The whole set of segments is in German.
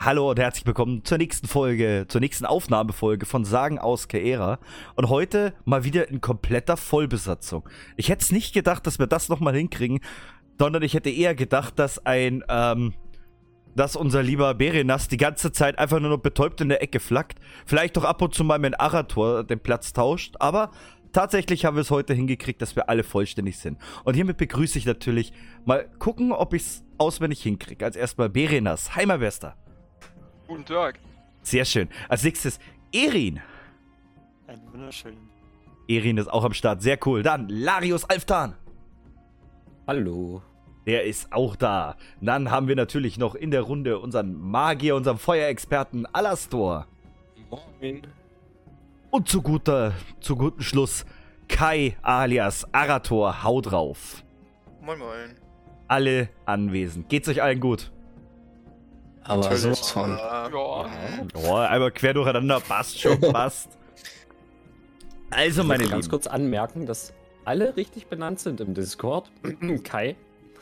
Hallo und herzlich willkommen zur nächsten Folge, zur nächsten Aufnahmefolge von Sagen aus Kaera. Und heute mal wieder in kompletter Vollbesatzung. Ich hätte es nicht gedacht, dass wir das nochmal hinkriegen, sondern ich hätte eher gedacht, dass dass unser lieber Berenas die ganze Zeit einfach nur noch betäubt in der Ecke flackt. Vielleicht doch ab und zu mal mit Arator den Platz tauscht, aber tatsächlich haben wir es heute hingekriegt, dass wir alle vollständig sind. Und hiermit begrüße ich natürlich mal gucken, ob ich es auswendig hinkriege. Als erstmal Berenas. Hi, mein Bester. Guten Tag. Sehr schön. Als nächstes Erin. Einen wunderschönen. Erin ist auch am Start. Sehr cool. Dann Larius Alftan. Hallo. Der ist auch da. Dann haben wir natürlich noch in der Runde unseren Magier, unseren Feuerexperten Alastor. Moin. Und zu guten Schluss Kai alias Arator. Hau drauf. Moin moin. Alle anwesend. Geht's euch allen gut? Aber sowas von. Ja. Oh, einmal quer durcheinander. Passt schon, passt. Also, meine Ich will ganz Lieben. kurz anmerken, dass alle richtig benannt sind im Discord. Kai.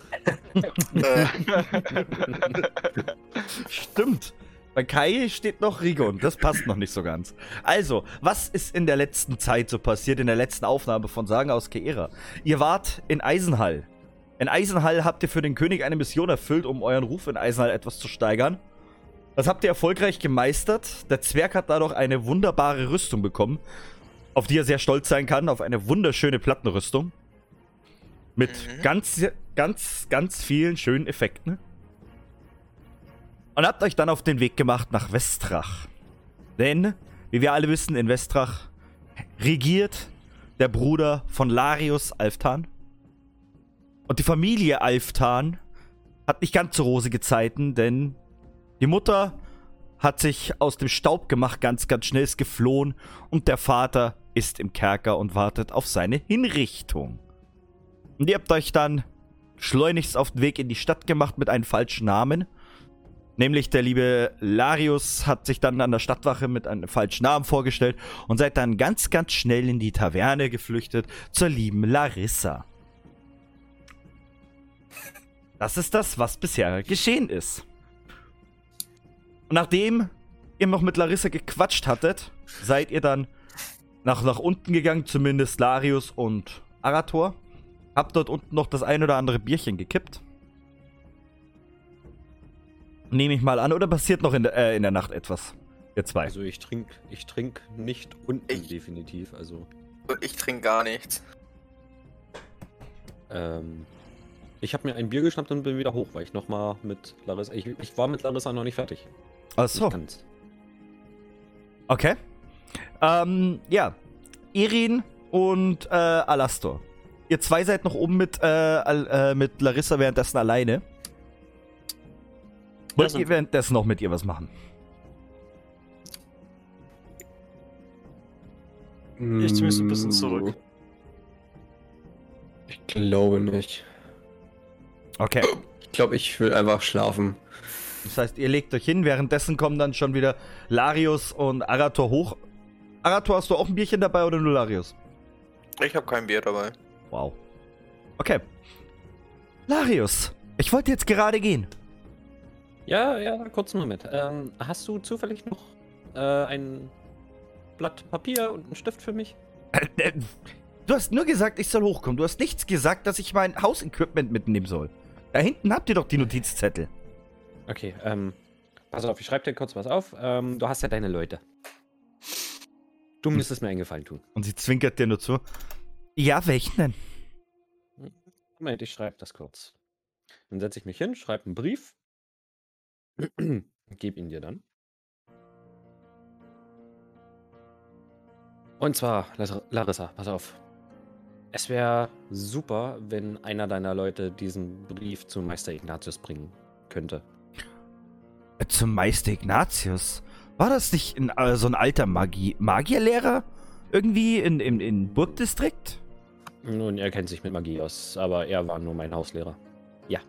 Stimmt. Bei Kai steht noch Rigon. Das passt noch nicht so ganz. Also, was ist in der letzten Zeit so passiert, in der letzten Aufnahme von Sagen aus Kaera? Ihr wart in Eisenhall. In Eisenhall habt ihr für den König eine Mission erfüllt, um euren Ruf in Eisenhall etwas zu steigern. Das habt ihr erfolgreich gemeistert. Der Zwerg hat dadurch eine wunderbare Rüstung bekommen, auf die er sehr stolz sein kann, auf eine wunderschöne Plattenrüstung. Mit ganz vielen schönen Effekten. Und habt euch dann auf den Weg gemacht nach Westrach. Denn, wie wir alle wissen, in Westrach regiert der Bruder von Larius Alftan. Und die Familie Alftan hat nicht ganz so rosige Zeiten, denn die Mutter hat sich aus dem Staub gemacht, ganz schnell ist geflohen. Und der Vater ist im Kerker und wartet auf seine Hinrichtung. Und ihr habt euch dann schleunigst auf den Weg in die Stadt gemacht mit einem falschen Namen. Nämlich der liebe Larius hat sich dann an der Stadtwache mit einem falschen Namen vorgestellt und seid dann ganz schnell in die Taverne geflüchtet zur lieben Larissa. Das ist das, was bisher geschehen ist. Und nachdem ihr noch mit Larissa gequatscht hattet, seid ihr dann nach unten gegangen, zumindest Larius und Arator. Habt dort unten noch das ein oder andere Bierchen gekippt. Nehme ich mal an, oder passiert noch in der Nacht etwas? Ihr zwei. Also ich trink nicht unten definitiv. Also Ich trinke gar nichts. ich habe mir ein Bier geschnappt und bin wieder hoch, weil ich nochmal mit Larissa. Ich war mit Larissa noch nicht fertig. Achso. Ich kann's. Okay. Ja. Erin und Alastor. Ihr zwei seid noch oben mit Larissa währenddessen alleine. Wollt ihr währenddessen noch mit ihr was machen? Ich ziehe mich so ein bisschen zurück. Ich glaube nicht. Okay. Ich glaube, ich will einfach schlafen. Das heißt, ihr legt euch hin, währenddessen kommen dann schon wieder Larius und Arator hoch. Arator, hast du auch ein Bierchen dabei oder nur Larius? Ich habe kein Bier dabei. Wow. Okay. Larius, ich wollte jetzt gerade gehen. Ja, kurz Moment. Hast du zufällig noch ein Blatt Papier und einen Stift für mich? Du hast nur gesagt, ich soll hochkommen. Du hast nichts gesagt, dass ich mein Hausequipment mitnehmen soll. Da hinten habt ihr doch die Notizzettel. Okay, pass auf, ich schreibe dir kurz was auf. Du hast ja deine Leute. Du müsstest mir einen Gefallen tun. Und sie zwinkert dir nur zu. Ja, welchen denn? Moment, ich schreibe das kurz. Dann setze ich mich hin, schreibe einen Brief. Gib ihn dir dann. Und zwar, Larissa, pass auf. Es wäre super, wenn einer deiner Leute diesen Brief zu Meister Ignatius bringen könnte. Zum Meister Ignatius? War das nicht so ein alter Magierlehrer? Irgendwie in Burgdistrikt? Nun, er kennt sich mit Magie aus, aber er war nur mein Hauslehrer. Ja.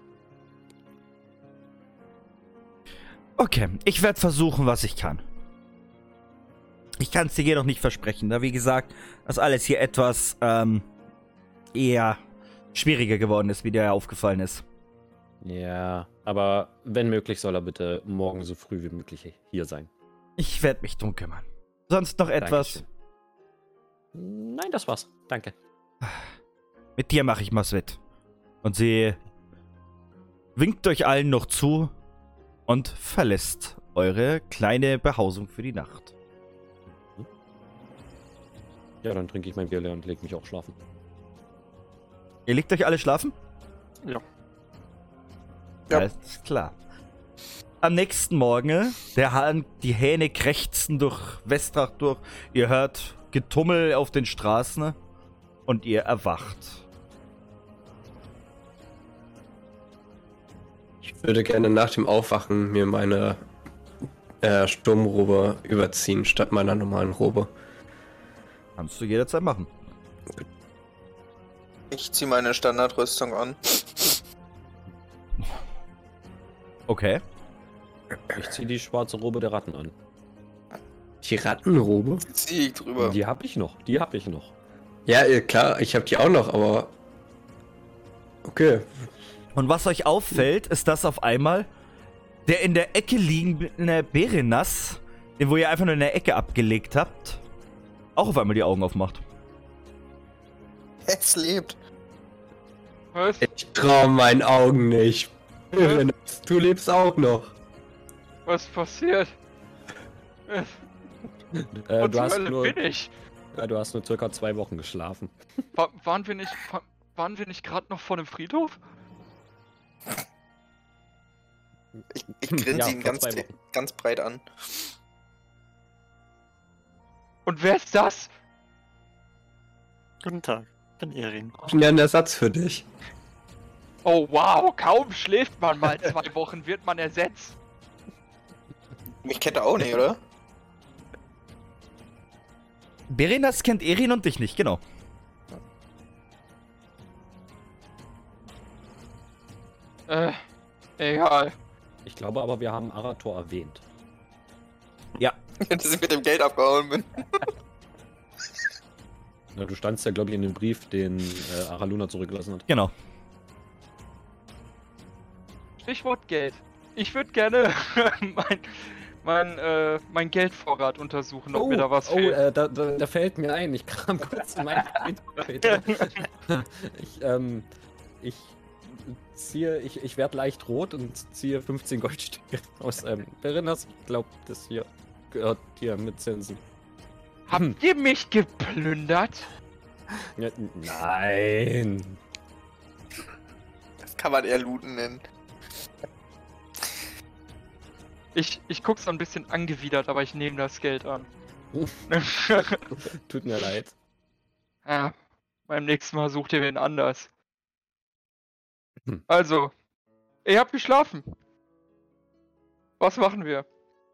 Okay, ich werde versuchen, was ich kann. Ich kann es dir jedoch nicht versprechen, da wie gesagt, das alles hier etwas eher schwieriger geworden ist, wie dir aufgefallen ist. Ja, aber wenn möglich, soll er bitte morgen so früh wie möglich hier sein. Ich werde mich drum kümmern. Sonst noch etwas? Dankeschön. Nein, das war's. Danke. Mit dir mache ich mal's wett. Und sie winkt euch allen noch zu und verlässt eure kleine Behausung für die Nacht. Ja, dann trinke ich mein Bier leer und leg mich auch schlafen. Ihr legt euch alle schlafen? Ja. Ja. Alles klar. Am nächsten Morgen, die Hähne krächzen durch Westrach durch. Ihr hört Getummel auf den Straßen und ihr erwacht. Ich würde gerne nach dem Aufwachen mir meine Sturmrobe überziehen, statt meiner normalen Robe. Kannst du jederzeit machen. Ich ziehe meine Standardrüstung an. Okay. Ich ziehe die schwarze Robe der Ratten an. Die Rattenrobe? Ziehe ich drüber. Die hab ich noch. Die hab ich noch. Ja, klar, ich habe die auch noch, aber... Okay. Und was euch auffällt, ist, dass auf einmal der in der Ecke liegende Berenas, den wo ihr einfach nur in der Ecke abgelegt habt, auch auf einmal die Augen aufmacht. Es lebt. Was? Ich traue meinen Augen nicht. Du lebst auch noch. Was passiert? Du Wo zur hast Hölle nur, bin ich? du hast nur circa 2 Wochen geschlafen. Waren wir nicht gerade noch vor dem Friedhof? Ich grinse Ja, ihn vor 2 Wochen. ganz breit an. Und wer ist das? Guten Tag, ich bin Erin. Ich bin ja ein Ersatz für dich. Oh wow, kaum schläft man mal 2 Wochen, wird man ersetzt. Mich kennt er auch nicht, oder? Berenas kennt Erin und dich nicht, genau. Egal. Ich glaube aber, wir haben Arator erwähnt. Dass ich mit dem Geld abgehauen bin. Na, du standst ja, glaube ich, in dem Brief, den Araluna zurückgelassen hat. Genau. Stichwort Geld. Ich würde gerne mein Geldvorrat untersuchen, ob mir da was fehlt. Da fällt mir ein. Ich kam kurz in mein Ich werde leicht rot und ziehe 15 Goldstücke aus Berenas. Ich glaube, das hier gehört dir mit Zinsen. Habt ihr mich geplündert? Ja, nein. Das kann man eher looten nennen. Ich guck's ein bisschen angewidert, aber ich nehme das Geld an. Tut mir leid. Ja, beim nächsten Mal sucht ihr wen anders. Hm. Also, ihr habt geschlafen. Was machen wir?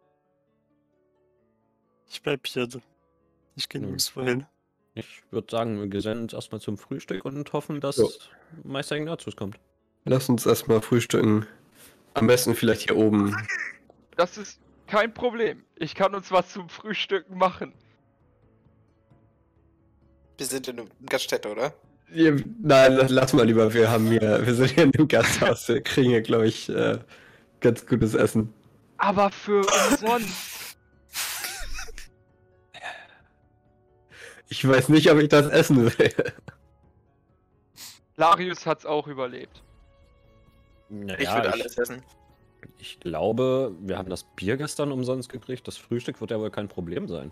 Ich bleib hier. Ich gehe nirgendwo hin. Ich würde sagen, wir gesellen uns erstmal zum Frühstück und hoffen, dass Ja. Meister Ignatius kommt. Lass uns erstmal frühstücken. Am besten vielleicht hier oben. Das ist kein Problem. Ich kann uns was zum Frühstücken machen. Wir sind in Gaststätte, oder? Nein, lass mal lieber. Wir sind hier in dem Gasthaus. Wir kriegen hier, glaube ich, ganz gutes Essen. Aber für umsonst. Ich weiß nicht, ob ich das essen will. Larius hat's auch überlebt. Naja, Ich würde alles essen. Ich glaube, wir haben das Bier gestern umsonst gekriegt. Das Frühstück wird ja wohl kein Problem sein.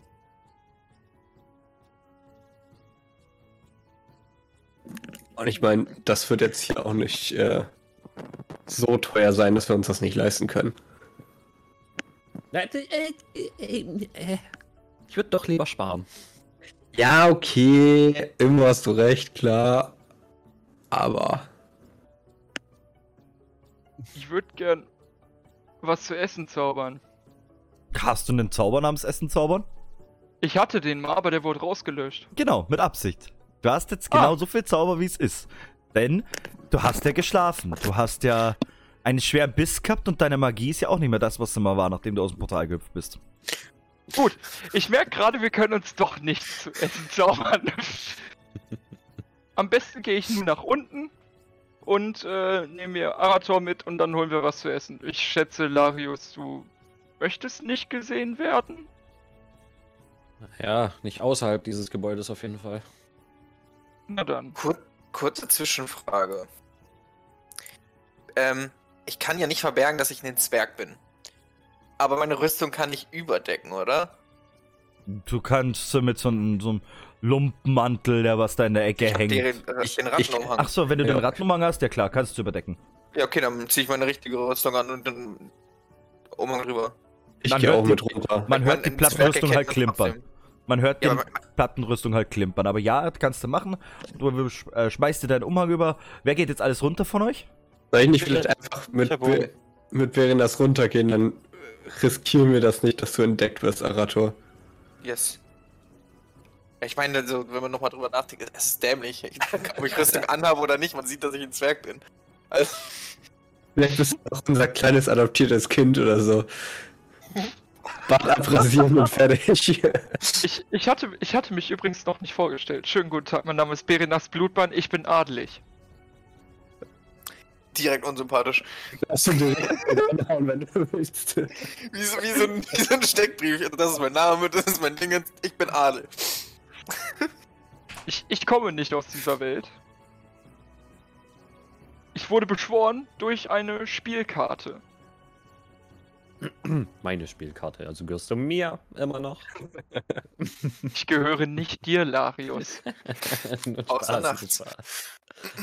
Und ich meine, das wird jetzt hier auch nicht so teuer sein, dass wir uns das nicht leisten können. Ich würde doch lieber sparen. Ja, okay. Immer hast du recht, klar. Aber... Ich würde gern was zu essen zaubern. Hast du einen Zauber namens Essen zaubern? Ich hatte den mal, aber der wurde rausgelöscht. Genau, mit Absicht. Du hast jetzt genau so viel Zauber, wie es ist. Denn du hast ja geschlafen. Du hast ja einen schweren Biss gehabt und deine Magie ist ja auch nicht mehr das, was sie mal war, nachdem du aus dem Portal gehüpft bist. Gut, ich merke gerade, wir können uns doch nichts zu essen zaubern. Am besten gehe ich nun nach unten und nehmen wir Arator mit und dann holen wir was zu essen. Ich schätze, Larius, du möchtest nicht gesehen werden? Ja, nicht außerhalb dieses Gebäudes auf jeden Fall. Na dann. Kurze Zwischenfrage. Ich kann ja nicht verbergen, dass ich ein Zwerg bin. Aber meine Rüstung kann ich überdecken, oder? Du kannst mit so einem Lumpenmantel, der was da in der Ecke Ich hab hängt. den Rattenumhang. Ach so, wenn du Ja. den Rattenumhang hast, ja klar, kannst du überdecken. Ja, okay, dann ziehe ich meine richtige Rüstung an und dann Umhang rüber. Ich Man gehe hört auch die- mit runter. Man hört die Ein Zwerg Plattenrüstung erkennt halt das klimpern. trotzdem. Man hört die Ja, aber Plattenrüstung halt klimpern. Aber ja, kannst du machen. Du schmeißt dir deinen Umhang über. Wer geht jetzt alles runter von euch? Soll ich nicht vielleicht einfach Ich hab Hunger. mit Verenas runtergehen, dann riskieren wir das nicht, dass du entdeckt wirst, Arator. yes. Ich meine, also, wenn man nochmal drüber nachdenkt, es ist dämlich. Ob ich Rüstung anhabe oder nicht, man sieht, dass ich ein Zwerg bin. Also, Vielleicht bist du auch unser kleines adoptiertes Kind oder so. Bart abrasieren und fertig. Ich hatte mich übrigens noch nicht vorgestellt. Schönen guten Tag, mein Name ist Berenas Blutbahn, ich bin adelig. direkt unsympathisch. Lass ihn direkt anhauen, wenn du willst. Wie so ein Steckbrief. Das ist mein Name, das ist mein Ding, ich bin Adel. Ich komme nicht aus dieser Welt. Ich wurde beschworen durch eine Spielkarte. Meine Spielkarte, also gehörst du mir immer noch. Ich gehöre nicht dir, Larius. Nur Außer Spaß, nachts. Spaß.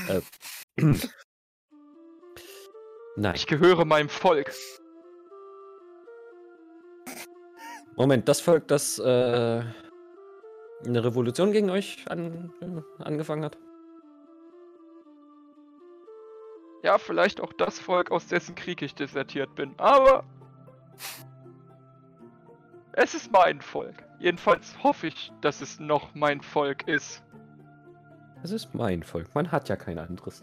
Nein. Ich gehöre meinem Volk. Moment, das Volk, das eine Revolution gegen euch angefangen hat? Ja, vielleicht auch das Volk, aus dessen Krieg ich desertiert bin. Aber es ist mein Volk. Jedenfalls hoffe ich, dass es noch mein Volk ist. Es ist mein Volk, man hat ja kein anderes.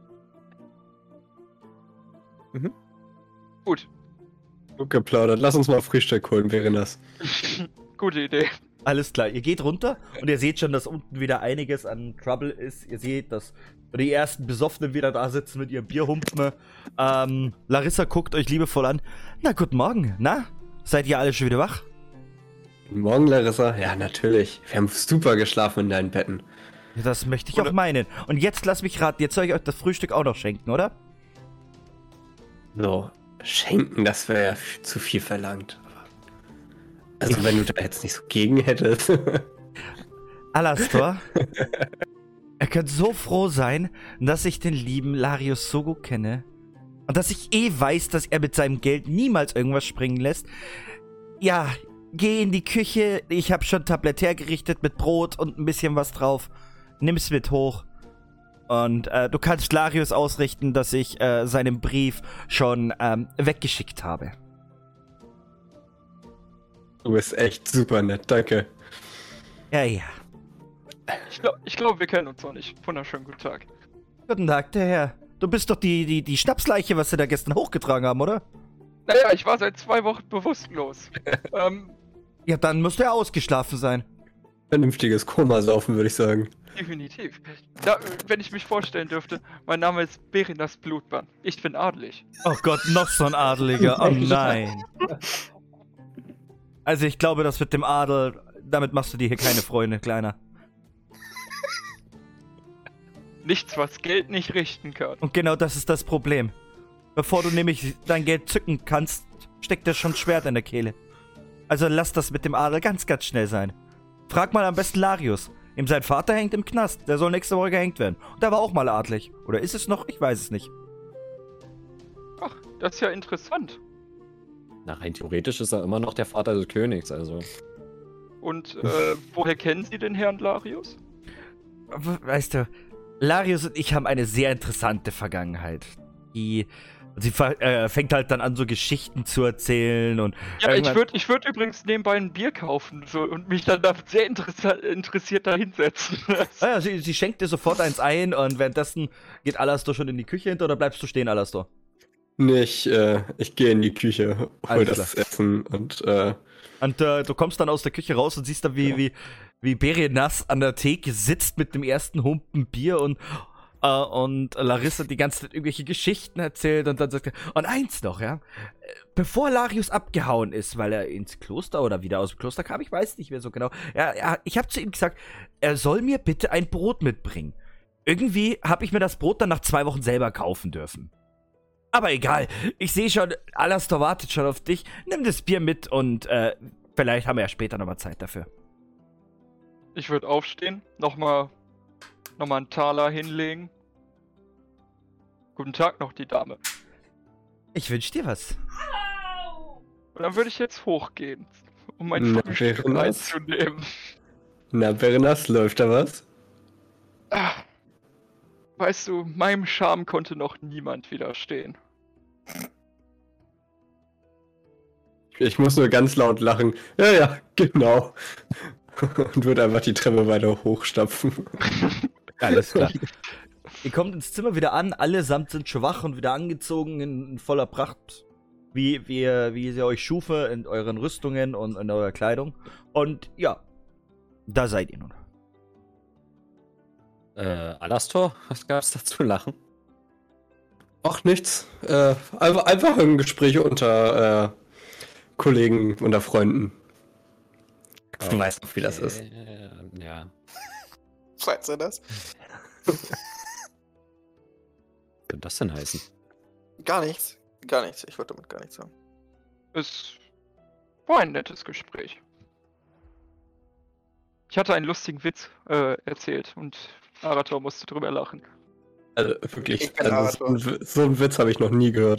Gut, Gut geplaudert. Lass uns mal Frühstück holen, Verenas. gute Idee. Alles klar, ihr geht runter und ihr seht schon, dass unten wieder einiges an Trouble ist. Ihr seht, dass die ersten Besoffenen wieder da sitzen mit ihrem Bierhumpen. Larissa guckt euch liebevoll an. Na, guten Morgen. Na, seid ihr alle schon wieder wach? Guten Morgen, Larissa. Ja, natürlich. Wir haben super geschlafen in deinen Betten. Ja, das möchte ich auch meinen. Und jetzt lasst mich raten, jetzt soll ich euch das Frühstück auch noch schenken, oder? So, schenken, das wäre ja zu viel verlangt. Also, wenn du da jetzt nicht so gegen hättest. Alastor, ihr könnt so froh sein, dass ich den lieben Larius so gut kenne. Und dass ich weiß, dass er mit seinem Geld niemals irgendwas springen lässt. Ja, geh in die Küche. Ich habe schon Tablett hergerichtet mit Brot und ein bisschen was drauf. Nimm's mit hoch. Und du kannst Larius ausrichten, dass ich seinen Brief schon weggeschickt habe. Du bist echt super nett, danke. Ja, ja. Ich glaube, wir kennen uns noch nicht. Wunderschönen guten Tag. Guten Tag, der Herr. Du bist doch die Schnapsleiche, was sie da gestern hochgetragen haben, oder? Naja, ich war seit 2 Wochen bewusstlos. Ja, dann müsste er ausgeschlafen sein. Vernünftiges Koma saufen, würde ich sagen. Definitiv. Da, wenn ich mich vorstellen dürfte, mein Name ist Berenas Blutbahn. Ich bin adelig. Oh Gott, noch so ein Adeliger. Oh nein. Also ich glaube, das mit dem Adel, damit machst du dir hier keine Freunde, Kleiner. Nichts, was Geld nicht richten kann. Und genau das ist das Problem. Bevor du nämlich dein Geld zücken kannst, steckt dir schon ein Schwert in der Kehle. Also lass das mit dem Adel ganz, ganz schnell sein. Frag mal am besten Larius. Ihm sein Vater hängt im Knast. Der soll nächste Woche gehängt werden. Und der war auch mal adlig. Oder ist es noch? Ich weiß es nicht. Ach, das ist ja interessant. Na, rein theoretisch ist er immer noch der Vater des Königs, also. Und woher kennen Sie den Herrn Larius? Weißt du, Larius und ich haben eine sehr interessante Vergangenheit. Sie fängt halt dann an, so Geschichten zu erzählen und Ja, irgendwann- ich würd übrigens nebenbei ein Bier kaufen so, und mich dann da sehr interessiert da hinsetzen. Ja, sie schenkt dir sofort eins ein und währenddessen geht Alastor schon in die Küche hinter oder bleibst du stehen, Alastor? Nee, ich gehe in die Küche, hol Alles das Essen und Und du kommst dann aus der Küche raus und siehst dann, wie Berenas an der Theke sitzt mit dem ersten Humpen Bier und Und Larissa die ganze Zeit irgendwelche Geschichten erzählt und dann sagt er, und eins noch, ja, bevor Larius abgehauen ist, weil er ins Kloster oder wieder aus dem Kloster kam, ich weiß nicht mehr so genau, ja, ich habe zu ihm gesagt, er soll mir bitte ein Brot mitbringen. Irgendwie habe ich mir das Brot dann nach 2 Wochen selber kaufen dürfen. Aber egal, ich sehe schon, Alastor wartet schon auf dich, nimm das Bier mit und vielleicht haben wir ja später nochmal Zeit dafür. Ich würde aufstehen, nochmal einen Taler hinlegen. Guten Tag noch, die Dame. Ich wünsche dir was. Und dann würde ich jetzt hochgehen, um mein Na, Frühstück wäre das? einzunehmen. Na, Berenas, läuft da was? Ah, weißt du, meinem Charme konnte noch niemand widerstehen. Ich muss nur ganz laut lachen. Ja, genau. Und würde einfach die Treppe weiter hochstapfen. Alles klar. Ihr kommt ins Zimmer wieder an, allesamt sind schon wach und wieder angezogen in voller Pracht, wie sie euch schufe in euren Rüstungen und in eurer Kleidung. Und ja, da seid ihr nun. Alastor, was gab's da zu lachen? Ach, nichts. Einfach ein Gespräch unter Kollegen, unter Freunden. Du weißt doch, wie das ist. Ja. Weißt du das? Könnte das denn heißen? Gar nichts. Gar nichts. Ich wollte damit gar nichts sagen. Es war ein nettes Gespräch. Ich hatte einen lustigen Witz erzählt und Arator musste drüber lachen. Also wirklich, Ich bin Arator. so einen Witz habe ich noch nie gehört.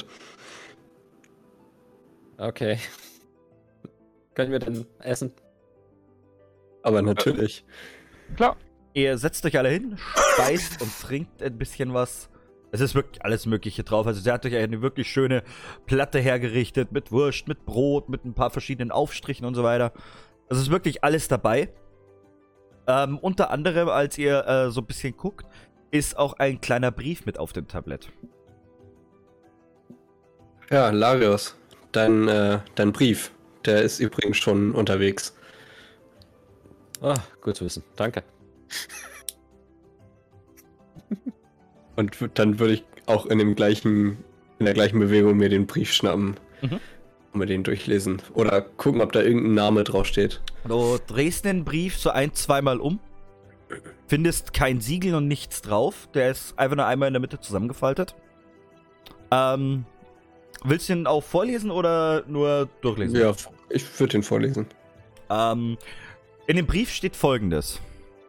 Okay. Können wir denn essen? Aber natürlich. Klar. Ihr setzt euch alle hin, speist und trinkt ein bisschen was. Es ist wirklich alles Mögliche drauf. Also sie hat euch eine wirklich schöne Platte hergerichtet mit Wurst, mit Brot, mit ein paar verschiedenen Aufstrichen und so weiter. Es ist wirklich alles dabei. Unter anderem, als ihr so ein bisschen guckt, ist auch ein kleiner Brief mit auf dem Tablett. Ja, Larios, dein Brief, der ist übrigens schon unterwegs. Ah, gut zu wissen. Danke. Und dann würde ich auch in der gleichen Bewegung mir den Brief schnappen und mir den durchlesen. Oder gucken, ob da irgendein Name draufsteht. Du drehst den Brief so 1-2 Mal um, findest kein Siegel und nichts drauf. Der ist einfach nur einmal in der Mitte zusammengefaltet. Willst du ihn auch vorlesen oder nur durchlesen? Ja, ich würde den vorlesen. In dem Brief steht Folgendes.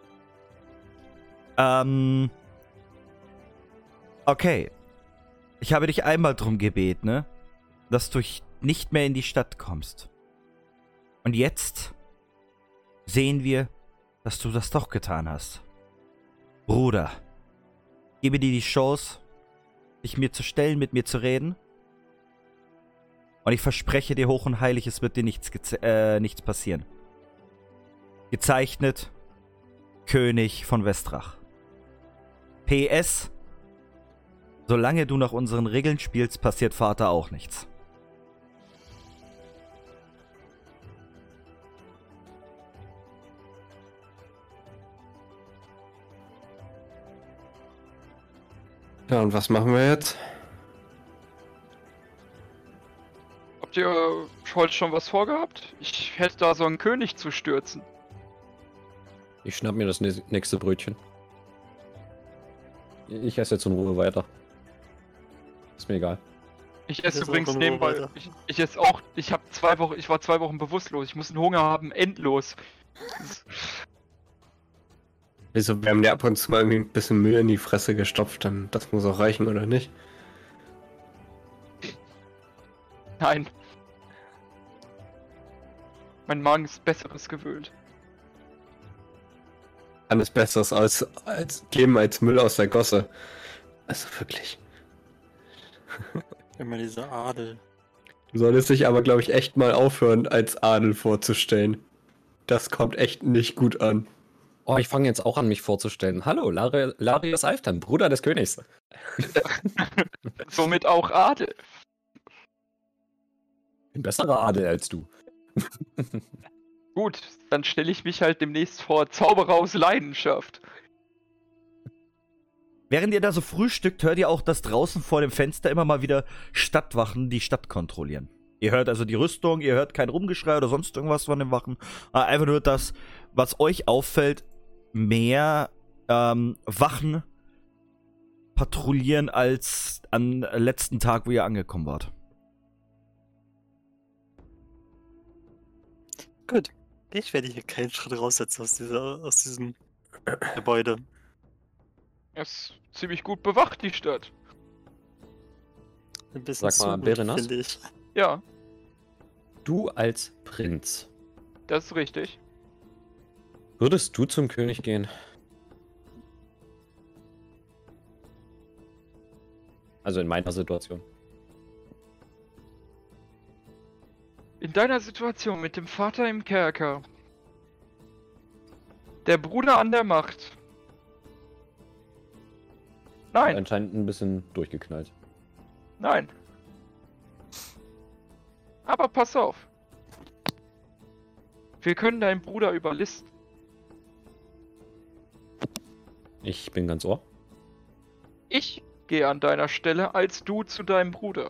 Okay. Ich habe dich einmal drum gebeten, ne? Dass du nicht mehr in die Stadt kommst. Und jetzt sehen wir, dass du das doch getan hast. Bruder, gebe dir die Chance, dich mir zu stellen, mit mir zu reden. Und ich verspreche dir hoch und heilig, es wird dir nichts passieren. Gezeichnet König von Westrach. PS, solange du nach unseren Regeln spielst, passiert Vater auch nichts. Ja, und was machen wir jetzt? Habt ihr heute schon was vorgehabt? Ich hätte da so einen König zu stürzen. Ich schnapp mir das nächste Brötchen. Ich esse jetzt in Ruhe weiter. Ist mir egal. Ich esse esse übrigens auch in Ruhe nebenbei. weiter. Ich esse auch. Ich war 2 Wochen bewusstlos. Ich muss einen Hunger haben, endlos. Wieso, wir haben dir ab und zu mal irgendwie ein bisschen Mühe in die Fresse gestopft, dann das muss auch reichen, oder nicht? Nein. Mein Magen ist Besseres gewöhnt. Alles Besseres als geben als Müll aus der Gosse. Also wirklich. Immer dieser Adel. Du solltest dich aber, glaube ich, echt mal aufhören, als Adel vorzustellen. Das kommt echt nicht gut an. Oh, ich fange jetzt auch an, mich vorzustellen. Hallo, Larius Alftan, Bruder des Königs. Somit auch Adel. Ein besserer Adel als du. Gut, dann stelle ich mich halt demnächst vor Zauberer aus Leidenschaft. Während ihr da so frühstückt, hört ihr auch, dass draußen vor dem Fenster immer mal wieder Stadtwachen die Stadt kontrollieren. Ihr hört also die Rüstung, ihr hört kein Rumgeschrei oder sonst irgendwas von den Wachen. Einfach nur das, was euch auffällt, mehr Wachen patrouillieren als am letzten Tag, wo ihr angekommen wart. Gut. Ich werde hier keinen Schritt raussetzen aus diesem Gebäude. Es ist ziemlich gut bewacht, die Stadt. Ein bisschen Sag mal, zu gut, Berenas? finde ich. Ja, Du als Prinz, das ist richtig. würdest du zum König gehen? Also in meiner Situation. In deiner Situation mit dem Vater im Kerker, der Bruder an der Macht. Nein, Anscheinend ein bisschen durchgeknallt. nein. Aber pass auf. Wir können deinen Bruder überlisten. Ich bin ganz ohr. Ich gehe an deiner Stelle als du zu deinem Bruder.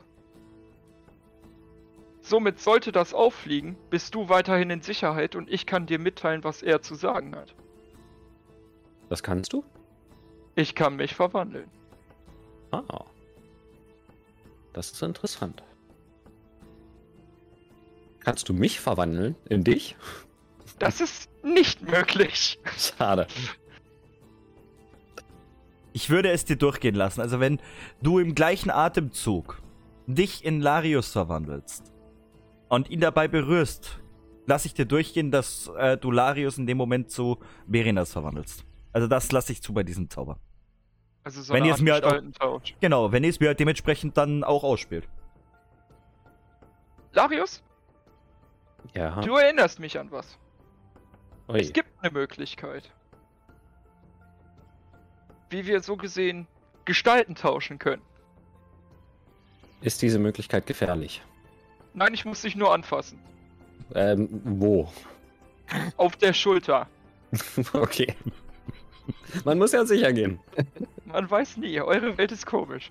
Somit sollte das auffliegen, bist du weiterhin in Sicherheit und ich kann dir mitteilen, was er zu sagen hat. Das kannst du? Ich kann mich verwandeln. Ah. Das ist interessant. Kannst du mich verwandeln in dich? Das ist nicht möglich. Schade. Ich würde es dir durchgehen lassen. Also wenn du im gleichen Atemzug dich in Larius verwandelst und ihn dabei berührst, lasse ich dir durchgehen, dass du Larius in dem Moment zu Berenas verwandelst. Also das lasse ich zu bei diesem Zauber. Also so Wenn eine ihr es mir halt auch- Gestaltentausch. Genau, wenn ihr es mir halt dementsprechend dann auch ausspielt. Larius, Ja. du erinnerst mich an was. Ui. Es gibt eine Möglichkeit, wie wir so gesehen Gestalten tauschen können. Ist diese Möglichkeit gefährlich? Nein, ich muss dich nur anfassen. Wo? Auf der Schulter. Okay. Man muss ja sicher gehen. Man weiß nie, eure Welt ist komisch.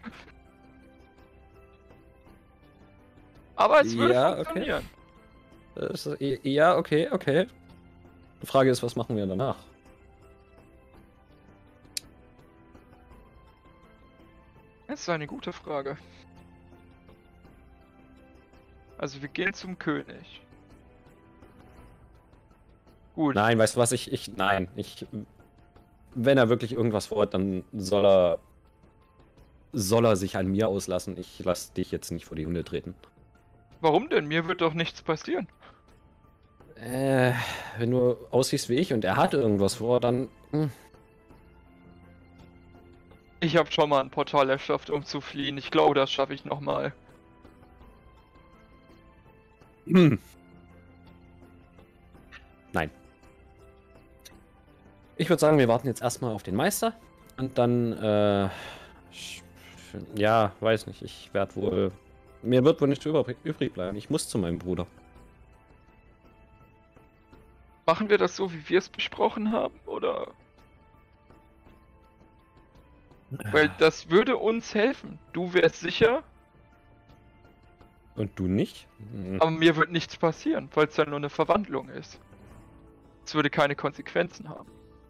Aber es würde Ja, okay. funktionieren. Ja, okay, okay. Die Frage ist, was machen wir danach? Das ist eine gute Frage. Also wir gehen zum König. Gut. Nein, weißt du was? Nein. Wenn er wirklich irgendwas vorhat, dann soll er sich an mir auslassen. Ich lasse dich jetzt nicht vor die Hunde treten. Warum denn? Mir wird doch nichts passieren. Wenn du aussiehst wie ich und er hat irgendwas vor, dann... Ich habe schon mal ein Portal erschafft, um zu fliehen. Ich glaube, das schaffe ich nochmal. Nein. Ich würde sagen, wir warten jetzt erstmal auf den Meister. Und dann, ja, weiß nicht. Mir wird wohl nichts übrig bleiben. Ich muss zu meinem Bruder. Machen wir das so, wie wir es besprochen haben, oder? Weil das würde uns helfen. Du wärst sicher, Und du nicht? aber mir wird nichts passieren, weil es ja nur eine Verwandlung ist. Es würde keine Konsequenzen haben.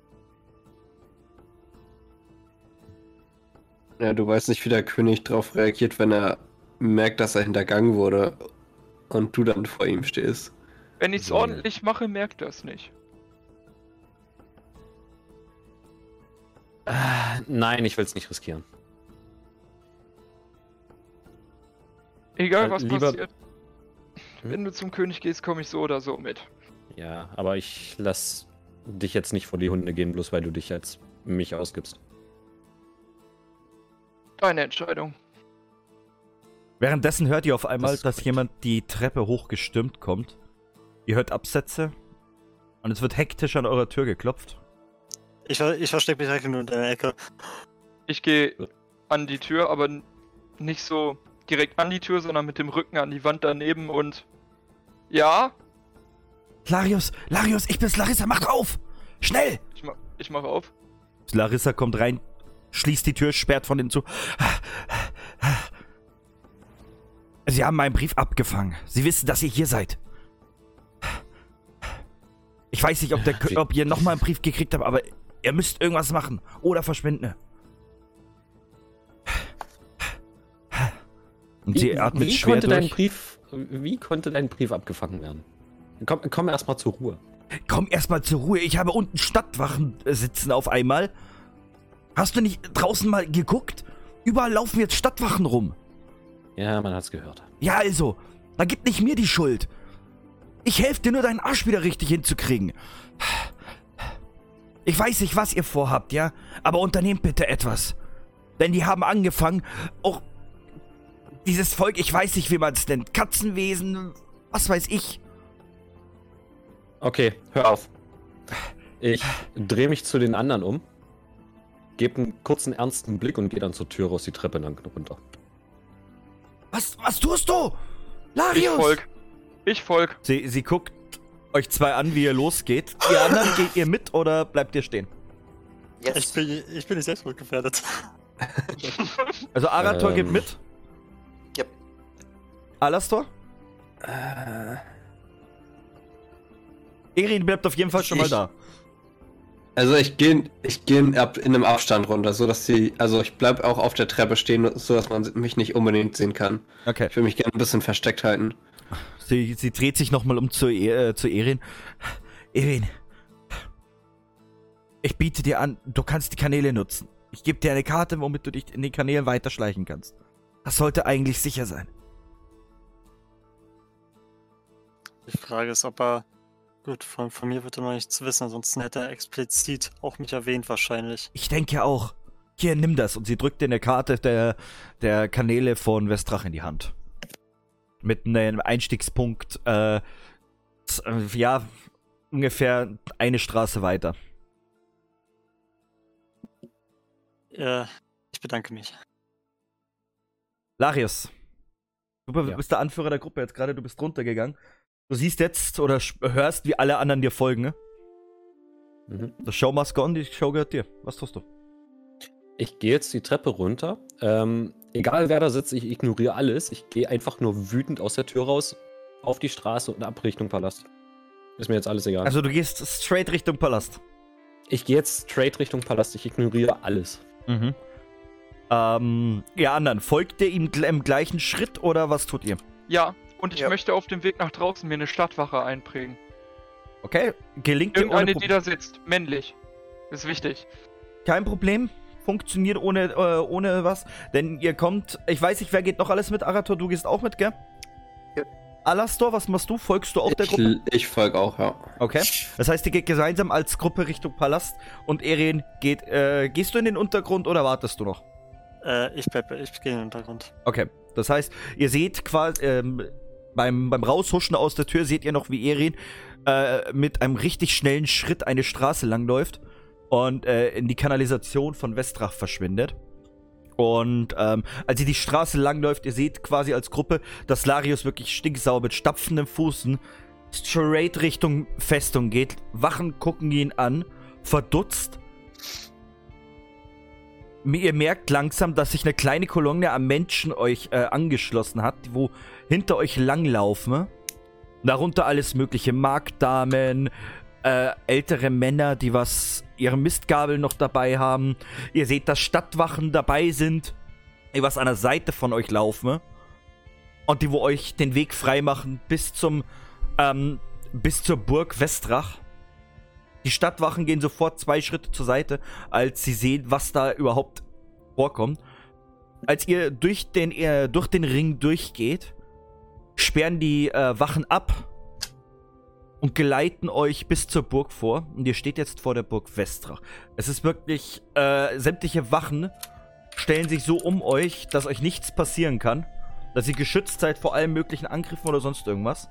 Ja, du weißt nicht, wie der König drauf reagiert, wenn er merkt, dass er hintergangen wurde und du dann vor ihm stehst. Wenn ich es So. ordentlich mache, merkt das nicht. Nein, ich will es nicht riskieren. Egal was Lieber- passiert. Wenn du zum König gehst, komme ich so oder so mit. Ja, aber ich lass dich jetzt nicht vor die Hunde gehen, bloß weil du dich als mich ausgibst. Deine Entscheidung. Währenddessen hört ihr auf einmal, Das ist dass korrekt. jemand die Treppe hochgestürmt kommt. Ihr hört Absätze und es wird hektisch an eurer Tür geklopft. Ich verstecke mich direkt nur in der Ecke. Ich gehe an die Tür, aber nicht so direkt an die Tür, sondern mit dem Rücken an die Wand daneben und... Ja? Larius, ich bin's, Larissa, macht auf! Schnell! Ich mach auf. Larissa kommt rein, schließt die Tür, sperrt von innen zu. Sie haben meinen Brief abgefangen. Sie wissen, dass ihr hier seid. Ich weiß nicht, ob ihr nochmal einen Brief gekriegt habt, aber ihr müsst irgendwas machen. Oder verschwinden. Und sie atmet schwer durch. Wie konnte dein Brief abgefangen werden? Komm erstmal zur Ruhe. Komm erstmal zur Ruhe. Ich habe unten Stadtwachen sitzen auf einmal. Hast du nicht draußen mal geguckt? Überall laufen jetzt Stadtwachen rum. Ja, man hat's gehört. Ja, also. Da gib nicht mir die Schuld. Ich helfe dir nur, deinen Arsch wieder richtig hinzukriegen. Ich weiß nicht, was ihr vorhabt, ja? Aber unternehmt bitte etwas. Denn die haben angefangen, auch dieses Volk, ich weiß nicht, wie man es nennt, Katzenwesen, was weiß ich. Okay, hör auf. Ich drehe mich zu den anderen um, gebe einen kurzen, ernsten Blick und gehe dann zur Tür raus, die Treppe lang runter. Was tust du? Larius! Ich folg. Sie guckt euch zwei an, wie ihr losgeht. Ihr anderen, geht ihr mit oder bleibt ihr stehen? Yes. Ich bin nicht selbstmordgefährdet. Also Arator geht mit? Yep. Alastor? Erin bleibt auf jeden Fall schon mal da. Also ich gehe in einem Abstand runter, so dass ich bleib auch auf der Treppe stehen, so dass man mich nicht unbedingt sehen kann. Okay. Ich will mich gerne ein bisschen versteckt halten. Sie dreht sich nochmal um zu Erin. Erin, ich biete dir an, du kannst die Kanäle nutzen. Ich gebe dir eine Karte, womit du dich in den Kanälen weiterschleichen kannst. Das sollte eigentlich sicher sein. Die Frage ist, ob er... Gut, von mir wird er noch nichts wissen, ansonsten hätte er explizit auch mich erwähnt wahrscheinlich. Ich denke auch. Hier, nimm das. Und sie drückt dir eine Karte der Kanäle von Westrach in die Hand. Mit einem Einstiegspunkt, ungefähr eine Straße weiter. Ich bedanke mich. Larius, du bist der Anführer der Gruppe jetzt gerade, du bist runtergegangen. Du siehst jetzt oder hörst, wie alle anderen dir folgen, ne? Mhm. Das Show must go on, die Show gehört dir. Was tust du? Ich gehe jetzt die Treppe runter. Egal wer da sitzt, ich ignoriere alles. Ich gehe einfach nur wütend aus der Tür raus, auf die Straße und ab Richtung Palast. Ist mir jetzt alles egal. Also du gehst straight Richtung Palast. Ich gehe jetzt straight Richtung Palast, ich ignoriere alles. Mhm. Ihr anderen, folgt ihr ihm im gleichen Schritt oder was tut ihr? Ja, und ich Ja. möchte auf dem Weg nach draußen mir eine Stadtwache einprägen. Okay, gelingt dir ohne Irgendeine, die da sitzt. Männlich. Ist wichtig. Kein Problem. Funktioniert ohne was. Denn ihr kommt, ich weiß nicht, wer geht noch alles mit? Arator, du gehst auch mit, gell? Ja. Alastor, was machst du? Folgst du auch der Gruppe? Ich folge auch, ja. Okay. Das heißt, ihr geht gemeinsam als Gruppe Richtung Palast und Erin gehst du in den Untergrund oder wartest du noch? Ich gehe in den Untergrund. Okay. Das heißt, ihr seht quasi, beim Raushuschen aus der Tür seht ihr noch, wie Erin mit einem richtig schnellen Schritt eine Straße langläuft und in die Kanalisation von Westrach verschwindet. Und als ihr die Straße langläuft, ihr seht quasi als Gruppe, dass Larius wirklich stinksauer mit stapfenden Füßen straight Richtung Festung geht. Wachen gucken ihn an, verdutzt. Ihr merkt langsam, dass sich eine kleine Kolonne an Menschen euch angeschlossen hat, wo hinter euch langlaufen. Darunter alles mögliche Marktdamen, ältere Männer, die ihre Mistgabel noch dabei haben. Ihr seht, dass Stadtwachen dabei sind, die was an der Seite von euch laufen. Und die, wo euch den Weg freimachen bis zur Burg Westrach. Die Stadtwachen gehen sofort 2 Schritte zur Seite, als sie sehen, was da überhaupt vorkommt. Als ihr durch den Ring durchgeht, sperren die Wachen ab und geleiten euch bis zur Burg vor. Und ihr steht jetzt vor der Burg Westrach. Es ist wirklich, sämtliche Wachen stellen sich so um euch, dass euch nichts passieren kann. Dass ihr geschützt seid vor allen möglichen Angriffen oder sonst irgendwas.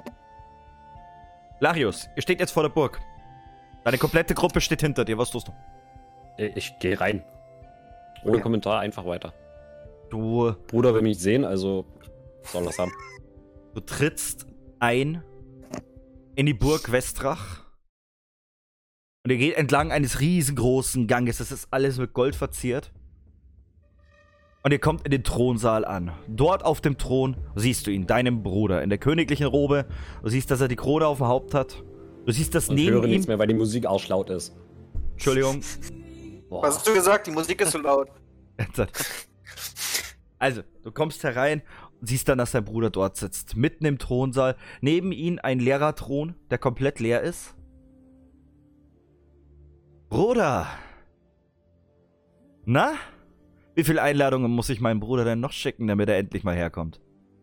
Larius, ihr steht jetzt vor der Burg. Deine komplette Gruppe steht hinter dir. Was tust du? Ich gehe rein. Ohne Kommentar, einfach weiter. Du Bruder will mich sehen, also soll das haben. Du trittst ein in die Burg Westrach. Und ihr geht entlang eines riesengroßen Ganges. Das ist alles mit Gold verziert. Und ihr kommt in den Thronsaal an. Dort auf dem Thron siehst du ihn, deinem Bruder, in der königlichen Robe. Du siehst, dass er die Krone auf dem Haupt hat. Du siehst, dass Und neben höre ihm... nichts mehr, weil die Musik arschlaut ist. Entschuldigung. Boah. Was hast du gesagt? Die Musik ist zu laut. Also, du kommst herein und siehst dann, dass dein Bruder dort sitzt. Mitten im Thronsaal. Neben ihm ein leerer Thron, der komplett leer ist. Bruder! Na? Wie viele Einladungen muss ich meinem Bruder denn noch schicken, damit er endlich mal herkommt?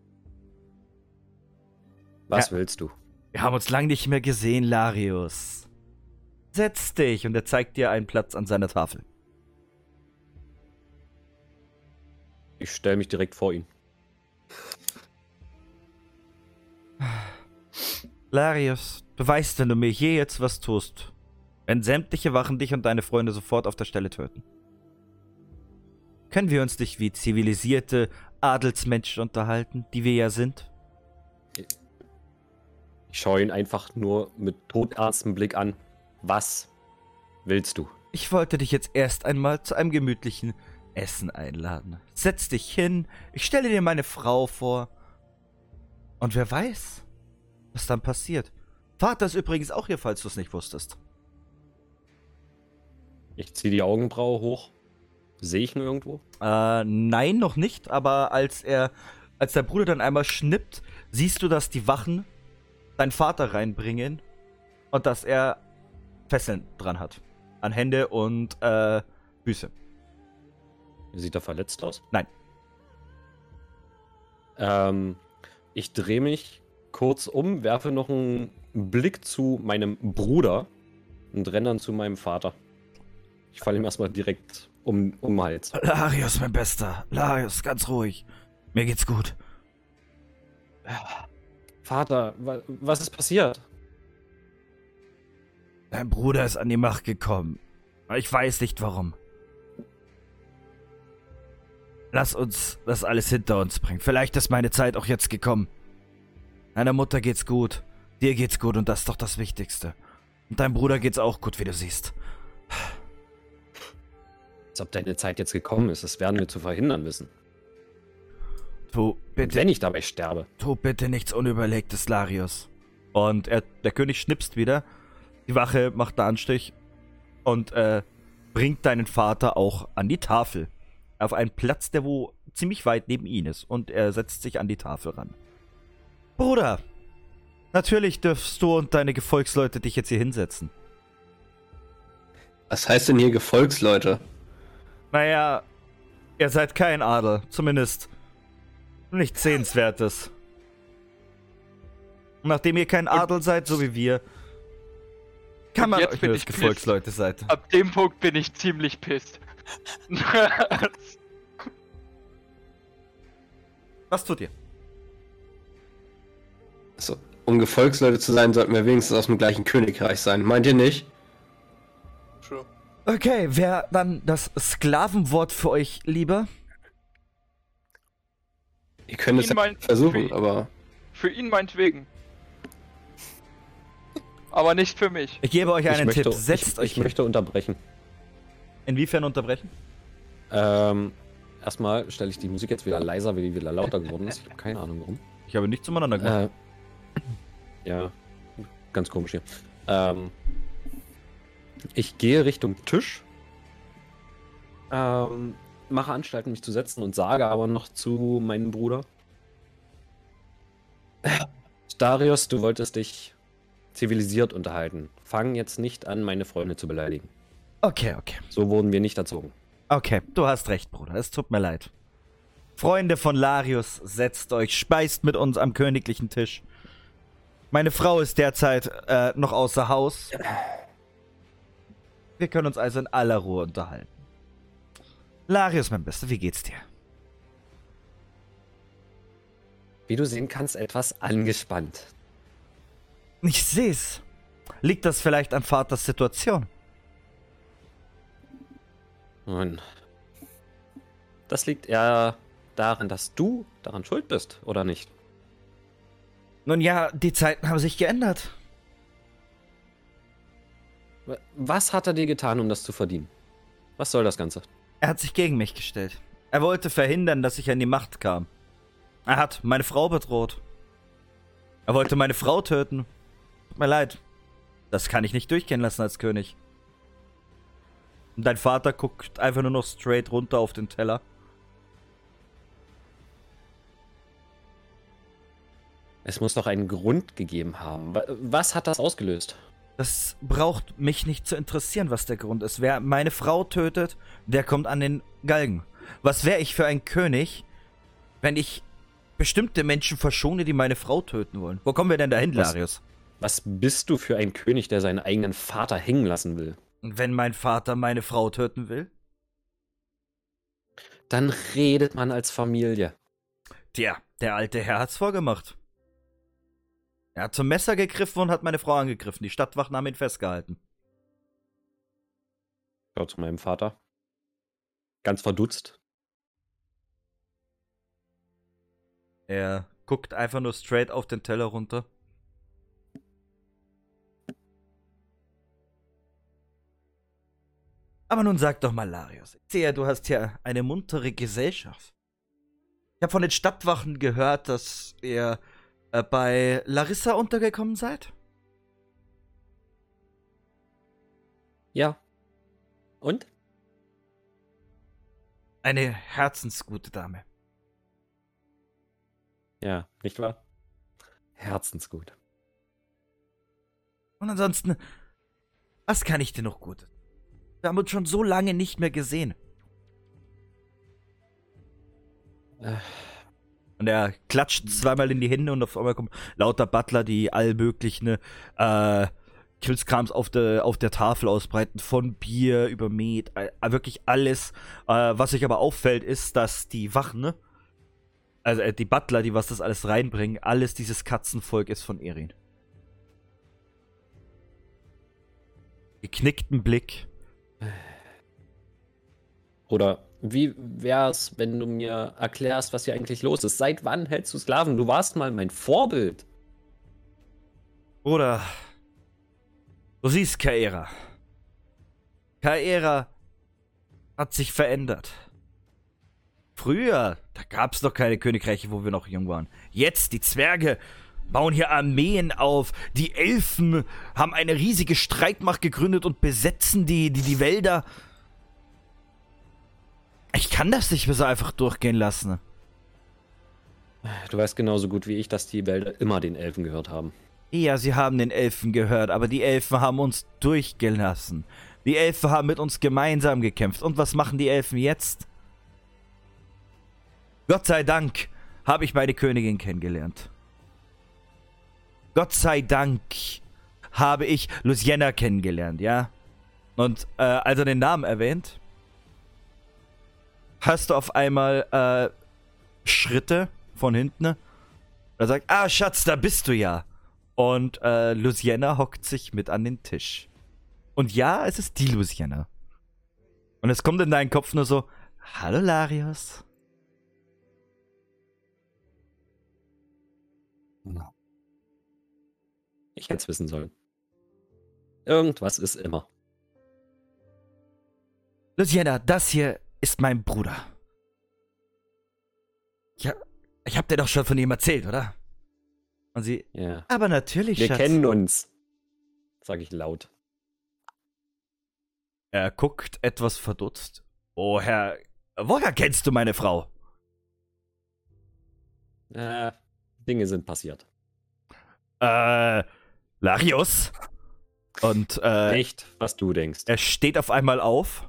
Was Ja. willst du? Wir haben uns lang nicht mehr gesehen, Larius. Setz dich und er zeigt dir einen Platz an seiner Tafel. Ich stelle mich direkt vor ihn. Larius, du weißt, wenn du mir hier jetzt was tust, wenn sämtliche Wachen dich und deine Freunde sofort auf der Stelle töten. Können wir uns nicht wie zivilisierte Adelsmenschen unterhalten, die wir ja sind? Ich schaue ihn einfach nur mit todernstem Blick an. Was willst du? Ich wollte dich jetzt erst einmal zu einem gemütlichen Essen einladen. Setz dich hin, ich stelle dir meine Frau vor. Und wer weiß, was dann passiert. Vater ist übrigens auch hier, falls du es nicht wusstest. Ich ziehe die Augenbraue hoch. Sehe ich ihn irgendwo? Nein, noch nicht, aber als der Bruder dann einmal schnippt, siehst du, dass die Wachen deinen Vater reinbringen und dass er Fesseln dran hat. An Hände und Füße. Sieht er verletzt aus? Nein. Ich drehe mich kurz um, werfe noch einen Blick zu meinem Bruder und renne dann zu meinem Vater. Ich falle ihm erstmal direkt um den Hals. Larius, mein Bester. Larius, ganz ruhig. Mir geht's gut. Vater, was ist passiert? Dein Bruder ist an die Macht gekommen. Ich weiß nicht warum. Lass uns das alles hinter uns bringen. Vielleicht ist meine Zeit auch jetzt gekommen. Deiner Mutter geht's gut. Dir geht's gut und das ist doch das Wichtigste. Und deinem Bruder geht's auch gut, wie du siehst. Als ob deine Zeit jetzt gekommen ist. Das werden wir zu verhindern wissen. Tu Und bitte, wenn ich dabei sterbe. tu bitte nichts Unüberlegtes, Larius. Und der König schnipst wieder. Die Wache macht einen Anstich und bringt deinen Vater auch an die Tafel. Auf einen Platz, der wo ziemlich weit neben ihn ist. Und er setzt sich an die Tafel ran. Bruder, natürlich dürfst du und deine Gefolgsleute dich jetzt hier hinsetzen. Was heißt denn hier Gefolgsleute? Naja, ihr seid kein Adel. Zumindest nichts Sehenswertes. Und nachdem ihr kein Adel seid, so wie wir, kann man jetzt euch bin nur als ich Gefolgsleute seid. Ab dem Punkt bin ich ziemlich pisst. Was tut ihr? Also, um Gefolgsleute zu sein, sollten wir wenigstens aus dem gleichen Königreich sein. Meint ihr nicht? True. Okay, wäre dann das Sklavenwort für euch lieber? Ihr könnt es Ihn meint- versuchen, für- aber Für ihn meinetwegen. Aber nicht für mich. Ich gebe euch einen Tipp. ich, Setzt euch ich möchte unterbrechen. Inwiefern unterbrechen? Erstmal stelle ich die Musik jetzt wieder leiser, weil die wieder lauter geworden ist. Ich habe keine Ahnung warum. Ich habe nichts umeinander gemacht. Ja, ganz komisch hier. Ich gehe Richtung Tisch, mache Anstalten, mich zu setzen und sage aber noch zu meinem Bruder: Darius, du wolltest dich zivilisiert unterhalten. Fang jetzt nicht an, meine Freunde zu beleidigen. Okay. So wurden wir nicht erzogen. Okay, du hast recht, Bruder. Es tut mir leid. Freunde von Larius, setzt euch, speist mit uns am königlichen Tisch. Meine Frau ist derzeit noch außer Haus. Wir können uns also in aller Ruhe unterhalten. Larius, mein Bester, wie geht's dir? Wie du sehen kannst, etwas angespannt. Ich seh's. Liegt das vielleicht an Vaters Situation? Nun, das liegt eher daran, dass du daran schuld bist, oder nicht? Nun ja, die Zeiten haben sich geändert. Was hat er dir getan, um das zu verdienen? Was soll das Ganze? Er hat sich gegen mich gestellt. Er wollte verhindern, dass ich an die Macht kam. Er hat meine Frau bedroht. Er wollte meine Frau töten. Tut mir leid. Das kann ich nicht durchgehen lassen als König. Und dein Vater guckt einfach nur noch straight runter auf den Teller. Es muss doch einen Grund gegeben haben. Was hat das ausgelöst? Das braucht mich nicht zu interessieren, was der Grund ist. Wer meine Frau tötet, der kommt an den Galgen. Was wäre ich für ein König, wenn ich bestimmte Menschen verschone, die meine Frau töten wollen? Wo kommen wir denn dahin, Larius? Was bist du für ein König, der seinen eigenen Vater hängen lassen will? Und wenn mein Vater meine Frau töten will? Dann redet man als Familie. Tja, der alte Herr hat's vorgemacht. Er hat zum Messer gegriffen und hat meine Frau angegriffen. Die Stadtwachen haben ihn festgehalten. Schau zu meinem Vater. Ganz verdutzt. Er guckt einfach nur straight auf den Teller runter. Aber nun sag doch mal, Larius. Ich sehe ja, du hast ja eine muntere Gesellschaft. Ich habe von den Stadtwachen gehört, dass ihr bei Larissa untergekommen seid. Ja. Und? Eine herzensgute Dame. Ja, nicht wahr? Herzensgut. Und ansonsten, was kann ich dir noch Gutes? Wir haben uns schon so lange nicht mehr gesehen. Und er klatscht zweimal in die Hände und auf einmal kommen lauter Butler, die all möglichen Krimskrams auf der Tafel ausbreiten. Von Bier über Met, wirklich alles. Was sich aber auffällt, ist, dass die Wachen, ne? Also die Butler, die was das alles reinbringen, alles dieses Katzenvolk ist von Erin. Geknickten Blick. Oder wie wär's, wenn du mir erklärst, was hier eigentlich los ist? Seit wann hältst du Sklaven? Du warst mal mein Vorbild. Bruder, du siehst Kaera. Kaera hat sich verändert. Früher, da gab's noch keine Königreiche, wo wir noch jung waren. Jetzt, die Zwerge bauen hier Armeen auf. Die Elfen haben eine riesige Streitmacht gegründet und besetzen die Wälder. Ich kann das nicht mehr so einfach durchgehen lassen. Du weißt genauso gut wie ich, dass die Wälder immer den Elfen gehört haben. Ja, sie haben den Elfen gehört, aber die Elfen haben uns durchgelassen. Die Elfen haben mit uns gemeinsam gekämpft. Und was machen die Elfen jetzt? Gott sei Dank habe ich meine Königin kennengelernt. Gott sei Dank habe ich Luciana kennengelernt, ja? Und als er den Namen erwähnt, hast du auf einmal Schritte von hinten. Er sagt, Schatz, da bist du ja. Und Luciana hockt sich mit an den Tisch. Und ja, es ist die Luciana. Und es kommt in deinen Kopf nur so, hallo Larius. Ich hätte es wissen sollen. Irgendwas ist immer. Luciana, das hier ist mein Bruder. Ja, ich hab dir doch schon von ihm erzählt, oder? Und sie, Ja. aber natürlich, Wir Schatz. kennen uns. Sag ich laut. Er guckt etwas verdutzt. Oh, Herr, woher kennst du meine Frau? Dinge sind passiert. Larius? Und, Nicht, was du denkst. er steht auf einmal auf.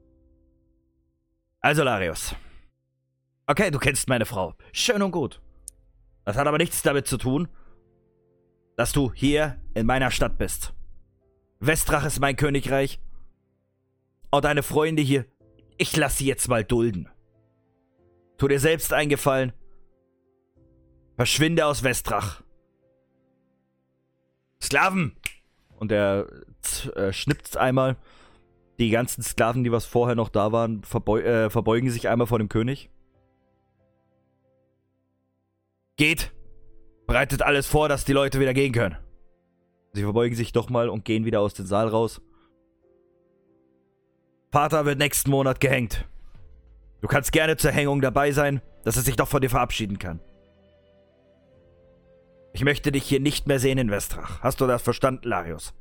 Also, Larius. Okay, du kennst meine Frau. Schön und gut. Das hat aber nichts damit zu tun, dass du hier in meiner Stadt bist. Westrach ist mein Königreich. Und deine Freunde hier, ich lass sie jetzt mal dulden. Tu dir selbst einen Gefallen. Verschwinde aus Westrach. Sklaven! Und er schnippt einmal. Die ganzen Sklaven, die was vorher noch da waren, verbeugen sich einmal vor dem König. Geht! Bereitet alles vor, dass die Leute wieder gehen können. Sie verbeugen sich doch mal und gehen wieder aus dem Saal raus. Vater wird nächsten Monat gehängt. Du kannst gerne zur Hängung dabei sein, dass er sich doch von dir verabschieden kann. Ich möchte dich hier nicht mehr sehen in Westrach. Hast du das verstanden, Larius?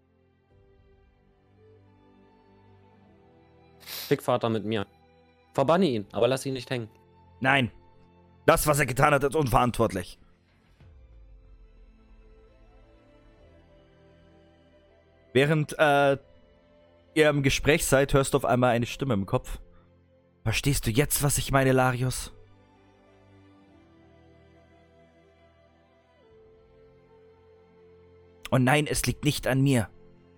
Schick Vater mit mir. Verbanne ihn, aber lass ihn nicht hängen. Nein. Das, was er getan hat, ist unverantwortlich. Während ihr im Gespräch seid, hörst du auf einmal eine Stimme im Kopf. Verstehst du jetzt, was ich meine, Larius? Und nein, es liegt nicht an mir.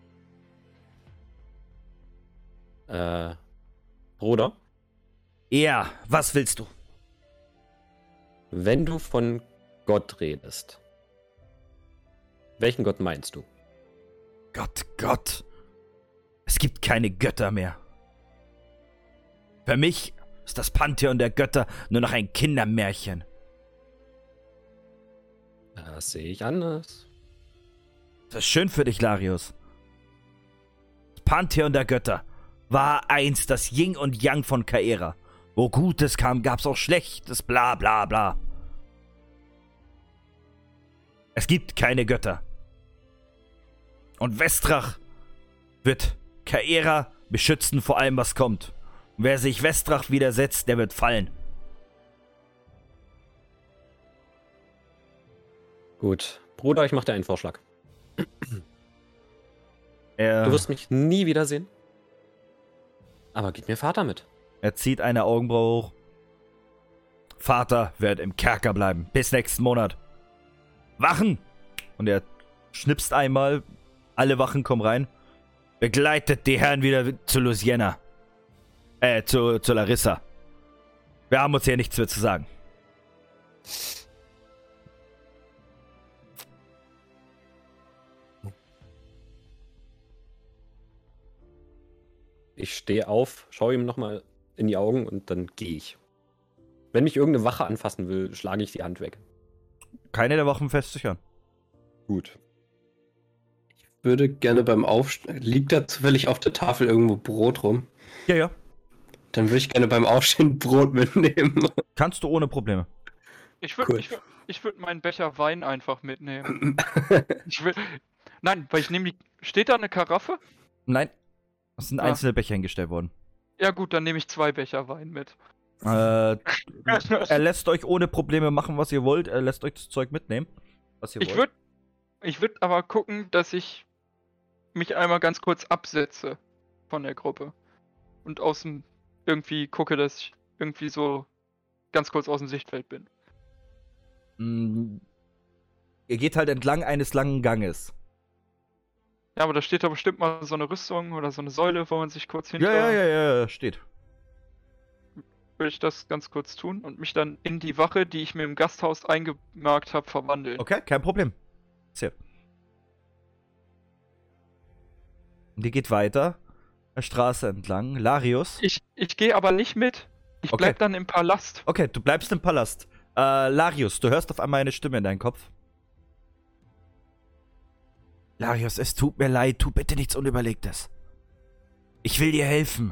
Bruder, Ja, was willst du? wenn du von Gott redest, welchen Gott meinst du? Gott. Es gibt keine Götter mehr. Für mich ist das Pantheon der Götter nur noch ein Kindermärchen. Das sehe ich anders. Das ist schön für dich, Larius. Das Pantheon der Götter war einst das Yin und Yang von Kaera. Wo Gutes kam, gab's auch Schlechtes, bla bla bla. Es gibt keine Götter. Und Westrach wird Kaera beschützen vor allem, was kommt. Und wer sich Westrach widersetzt, der wird fallen. Gut. Bruder, ich mache dir einen Vorschlag. Du Er wirst mich nie wiedersehen. Aber gib mir Vater mit. zieht eine Augenbraue hoch. Vater wird im Kerker bleiben. Bis nächsten Monat. Wachen! Und er schnipst einmal. Alle Wachen kommen rein. Begleitet die Herren wieder zu Luciana. Zu Larissa. Wir haben uns hier nichts mehr zu sagen. Ich stehe auf, schaue ihm nochmal in die Augen und dann gehe ich. Wenn mich irgendeine Wache anfassen will, schlage ich die Hand weg. Keine der Wachen festsichern. Gut. Würde gerne beim Aufstehen. Liegt da zufällig auf der Tafel irgendwo Brot rum? Ja. Dann würde ich gerne beim Aufstehen Brot mitnehmen. Kannst du ohne Probleme. Ich würde Cool. ich würd meinen Becher Wein einfach mitnehmen. Nein, weil ich nehme die. Steht da eine Karaffe? Nein. Es sind Ah. einzelne Becher hingestellt worden. Ja gut, dann nehme ich 2 Becher Wein mit. Er lässt euch ohne Probleme machen, was ihr wollt. Er lässt euch das Zeug mitnehmen, was ihr wollt. Ich würd aber gucken, dass ich mich einmal ganz kurz absetze von der Gruppe. Und irgendwie gucke, dass ich irgendwie so ganz kurz aus dem Sichtfeld bin. Ihr geht halt entlang eines langen Ganges. Ja, aber da steht doch bestimmt mal so eine Rüstung oder so eine Säule, wo man sich kurz hinter... Ja, steht. Würde ich das ganz kurz tun und mich dann in die Wache, die ich mir im Gasthaus eingemarkt habe, verwandeln. Okay, kein Problem. Sehr. Und ihr geht weiter. Der Straße entlang. Larius. Ich gehe aber nicht mit. Ich Okay. bleib dann im Palast. Okay, du bleibst im Palast. Larius, du hörst auf einmal eine Stimme in deinem Kopf. Larius, es tut mir leid, tu bitte nichts Unüberlegtes. Ich will dir helfen.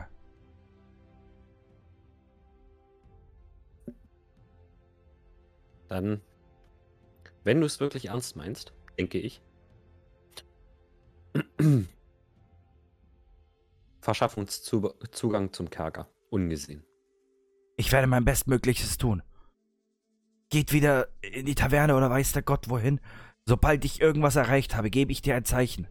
Dann, wenn du es wirklich ernst meinst, denke ich, verschaff uns Zugang zum Kerker, ungesehen. Ich werde mein Bestmögliches tun. Geht wieder in die Taverne oder weiß der Gott wohin. Sobald ich irgendwas erreicht habe, gebe ich dir ein Zeichen.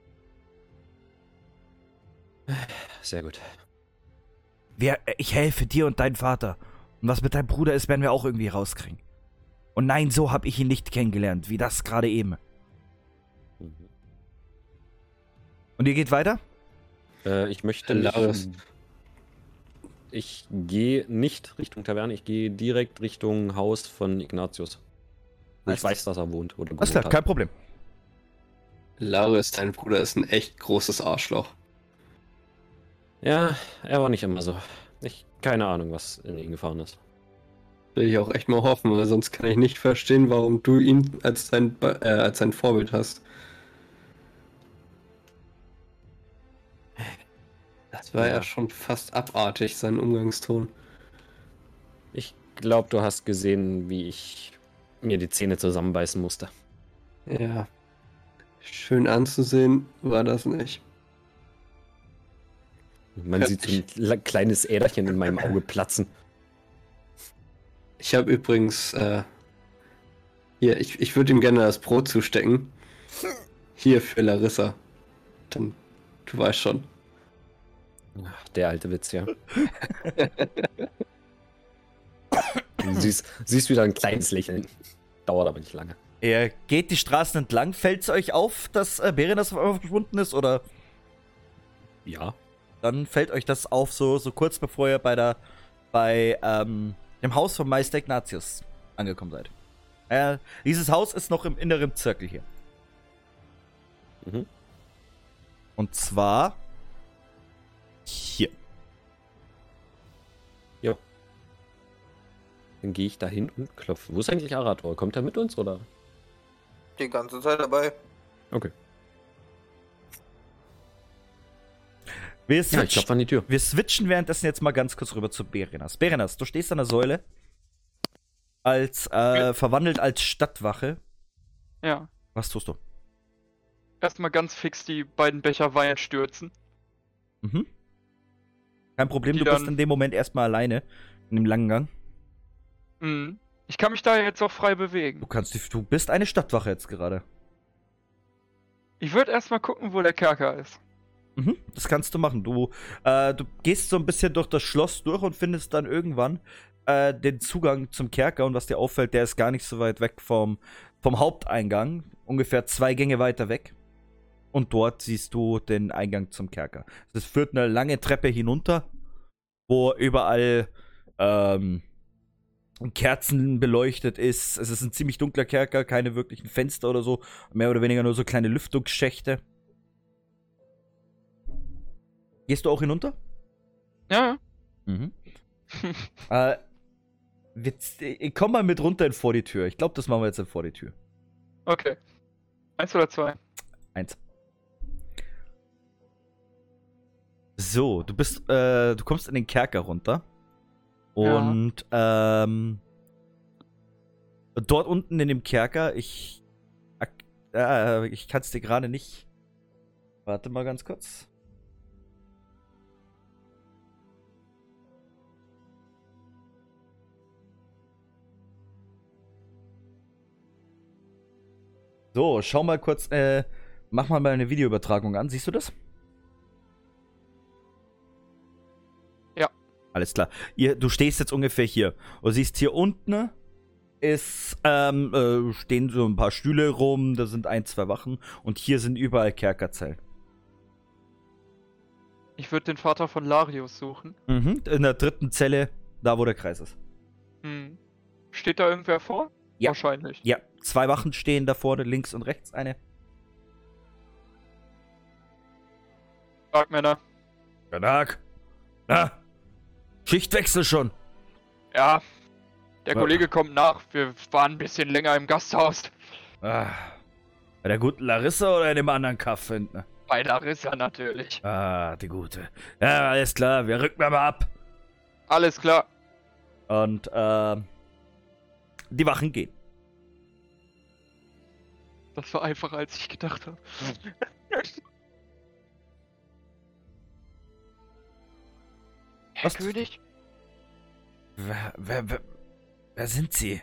Sehr gut. Ich helfe dir und deinem Vater. Und was mit deinem Bruder ist, werden wir auch irgendwie rauskriegen. Und nein, so habe ich ihn nicht kennengelernt, wie das gerade eben. Mhm. Und ihr geht weiter? Ich möchte Larius. Ich gehe nicht Richtung Taverne, ich gehe direkt Richtung Haus von Ignatius. Alles Ich weiß, dass er wohnt oder Alles klar, gewohnt kein hat. Problem. Larius, dein Bruder, ist ein echt großes Arschloch. Ja, er war nicht immer so. Keine Ahnung, was in ihn gefahren ist. Will ich auch echt mal hoffen, weil sonst kann ich nicht verstehen, warum du ihn als dein Vorbild hast. Das Das war ja Ja. schon fast abartig, sein Umgangston. Ich glaube, du hast gesehen, wie ich mir die Zähne zusammenbeißen musste. Ja. Schön anzusehen war das nicht. Man Ja, sieht so ein kleines Äderchen in meinem Auge platzen. Ich habe übrigens, hier, ich würde ihm gerne das Brot zustecken. Hier für Larissa. Dann, du weißt schon. Ach, der alte Witz, ja. Du siehst wieder ein kleines Lächeln. Dauert aber nicht lange. Ihr geht die Straßen entlang. Fällt es euch auf, dass Berenas auf einmal verschwunden ist? Oder Ja. dann fällt euch das auf, so kurz bevor ihr bei dem Haus von Meister Ignatius angekommen seid. Dieses Haus ist noch im inneren Zirkel hier. Mhm. Und zwar hier. Ja. Dann gehe ich da hin und klopfe. Wo ist eigentlich Arator? Kommt er mit uns, oder? Die ganze Zeit dabei. Okay. Wir Ja, ich switchen, klopfe an die Tür. wir switchen währenddessen jetzt mal ganz kurz rüber zu Berenas. Berenas, du stehst an der Säule als verwandelt als Stadtwache. Ja. Was tust du? Erstmal ganz fix die beiden Becher Wein stürzen. Mhm. Kein Problem, Die du bist dann- in dem Moment erstmal alleine in dem langen Gang. Mhm. Ich kann mich da jetzt auch frei bewegen. Du bist eine Stadtwache jetzt gerade. Ich würde erstmal gucken, wo der Kerker ist. Mhm, das kannst du machen. Du gehst so ein bisschen durch das Schloss durch und findest dann irgendwann den Zugang zum Kerker. Und was dir auffällt, der ist gar nicht so weit weg vom Haupteingang. Ungefähr 2 Gänge weiter weg. Und dort siehst du den Eingang zum Kerker. Es führt eine lange Treppe hinunter, wo überall Kerzen beleuchtet ist. Es ist ein ziemlich dunkler Kerker, keine wirklichen Fenster oder so. Mehr oder weniger nur so kleine Lüftungsschächte. Gehst du auch hinunter? Ja. Mhm. Komm mal mit runter vor die Tür. Ich glaube, das machen wir jetzt vor die Tür. Okay. 1 oder 2? 1. So, du kommst in den Kerker runter. Und dort unten in dem Kerker, ich kann es dir gerade nicht. Warte mal ganz kurz. So, schau mal kurz, mach mal eine Videoübertragung an. Siehst du das? Ja. Alles klar. Du stehst jetzt ungefähr hier. Und siehst hier unten stehen so ein paar Stühle rum, da sind 1, 2 Wachen und hier sind überall Kerkerzellen. Ich würde den Vater von Larius suchen. Mhm. In der 3. Zelle, da wo der Kreis ist. Hm. Steht da irgendwer vor? Ja. Wahrscheinlich. Ja, 2 Wachen stehen da vorne, links und rechts eine. Bergmänner. Guten Tag. Na, Schichtwechsel schon. Ja. Der Ja. Kollege kommt nach. Wir waren ein bisschen länger im Gasthaus. Bei der guten Larissa oder in dem anderen Kaff hinten? Bei Larissa natürlich. Die gute. Ja, alles klar, wir rücken mal ab. Alles klar. Und, die Wachen gehen. Das war einfacher, als ich gedacht habe. Herr Was? König? Wer sind Sie?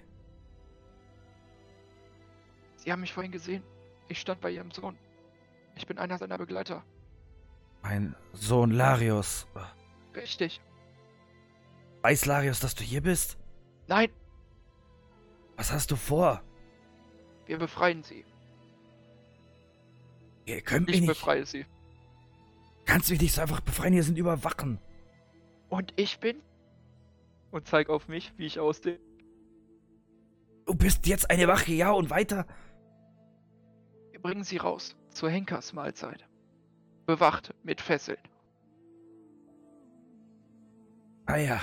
Sie haben mich vorhin gesehen. Ich stand bei Ihrem Sohn. Ich bin einer seiner Begleiter. Mein Sohn Larius. Richtig. Weiß Larius, dass du hier bist? Nein, Was hast du vor? wir befreien sie. Ihr könnt mich Ich nicht... befreie sie. Kannst mich nicht so einfach befreien, hier sind Überwachen. Und ich bin? Und zeig auf mich, wie ich aussehe. Du bist jetzt eine Wache, ja, und weiter? Wir bringen sie raus. Zur Henkersmahlzeit. Bewacht mit Fesseln. Ah ja.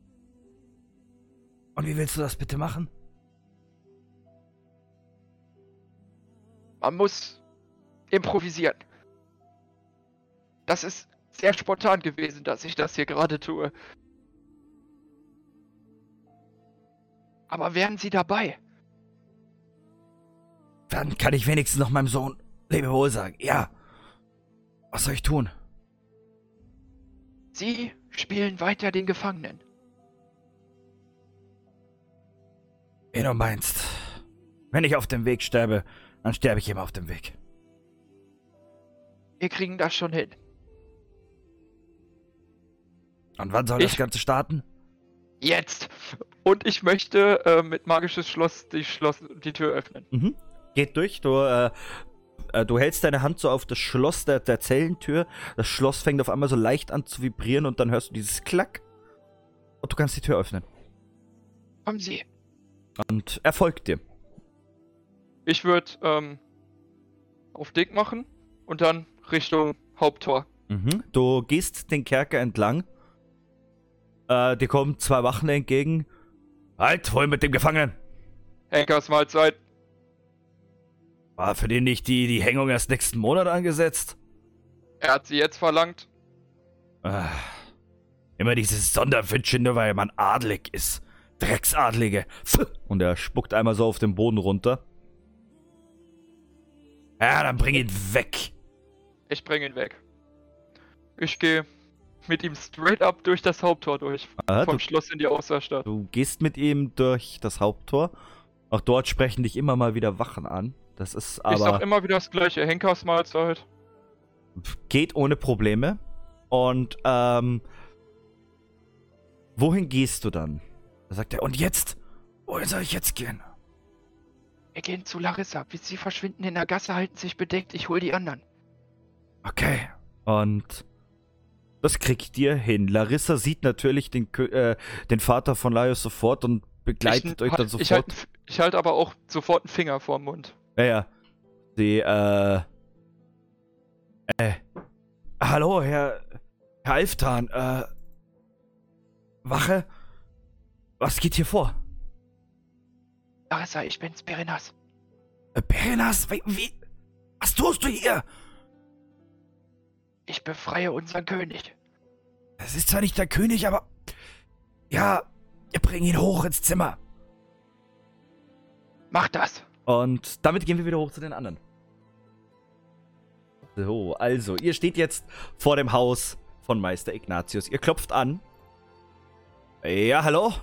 Und wie willst du das bitte machen? Man muss improvisieren. Das ist sehr spontan gewesen, dass ich das hier gerade tue. Aber wären Sie dabei? Dann kann ich wenigstens noch meinem Sohn Lebewohl sagen. Ja. Was soll ich tun? Sie spielen weiter den Gefangenen. Wie du meinst. Wenn ich auf dem Weg sterbe, dann sterbe ich immer auf dem Weg. Wir kriegen das schon hin. Und wann soll das Ganze starten? Jetzt! Und ich möchte mit magisches Schloss die Tür öffnen. Mhm. Geht durch. Du hältst deine Hand so auf das Schloss der Zellentür. Das Schloss fängt auf einmal so leicht an zu vibrieren und dann hörst du dieses Klack. Und du kannst die Tür öffnen. Kommen Sie. Und er folgt dir. Ich würde auf dick machen und dann Richtung Haupttor. Mhm. Du gehst den Kerker entlang. Dir kommen 2 Wachen entgegen. Halt, wohin mit dem Gefangenen? Henkers Mahlzeit. War für den nicht die Hängung erst nächsten Monat angesetzt? Er hat sie jetzt verlangt. Immer dieses Sonderwünsche, nur weil man adelig ist. Drecksadlige. Pff. Und er spuckt einmal so auf den Boden runter. Ja, dann bring ihn weg. Ich bringe ihn weg. Ich gehe mit ihm straight up durch das Haupttor durch. Vom Schloss in die Außerstadt. Du gehst mit ihm durch das Haupttor. Auch dort sprechen dich immer mal wieder Wachen an. Das ist aber... Ich sag immer wieder das gleiche. Henkers Mahlzeit. Geht ohne Probleme. Und, wohin gehst du dann? Da sagt er, und jetzt? Wohin soll ich jetzt gehen? Wir gehen zu Larissa. Bis sie verschwinden in der Gasse, halten sich bedeckt. Ich hol die anderen. Okay. Und das kriegt ihr hin. Larissa sieht natürlich den Vater von Laios sofort und begleitet euch dann sofort. Ich halte aber auch sofort einen Finger vorm Mund. Ja. Sie, hallo, Herr Alftan, Wache? Was geht hier vor? Larissa, ich bin's, Berenas. Berenas? Wie? Was tust du hier? Ich befreie unseren König. Es ist zwar nicht der König, aber... Ja, wir bringen ihn hoch ins Zimmer. Mach das. Und damit gehen wir wieder hoch zu den anderen. So, also, ihr steht jetzt vor dem Haus von Meister Ignatius. Ihr klopft an. Ja, hallo?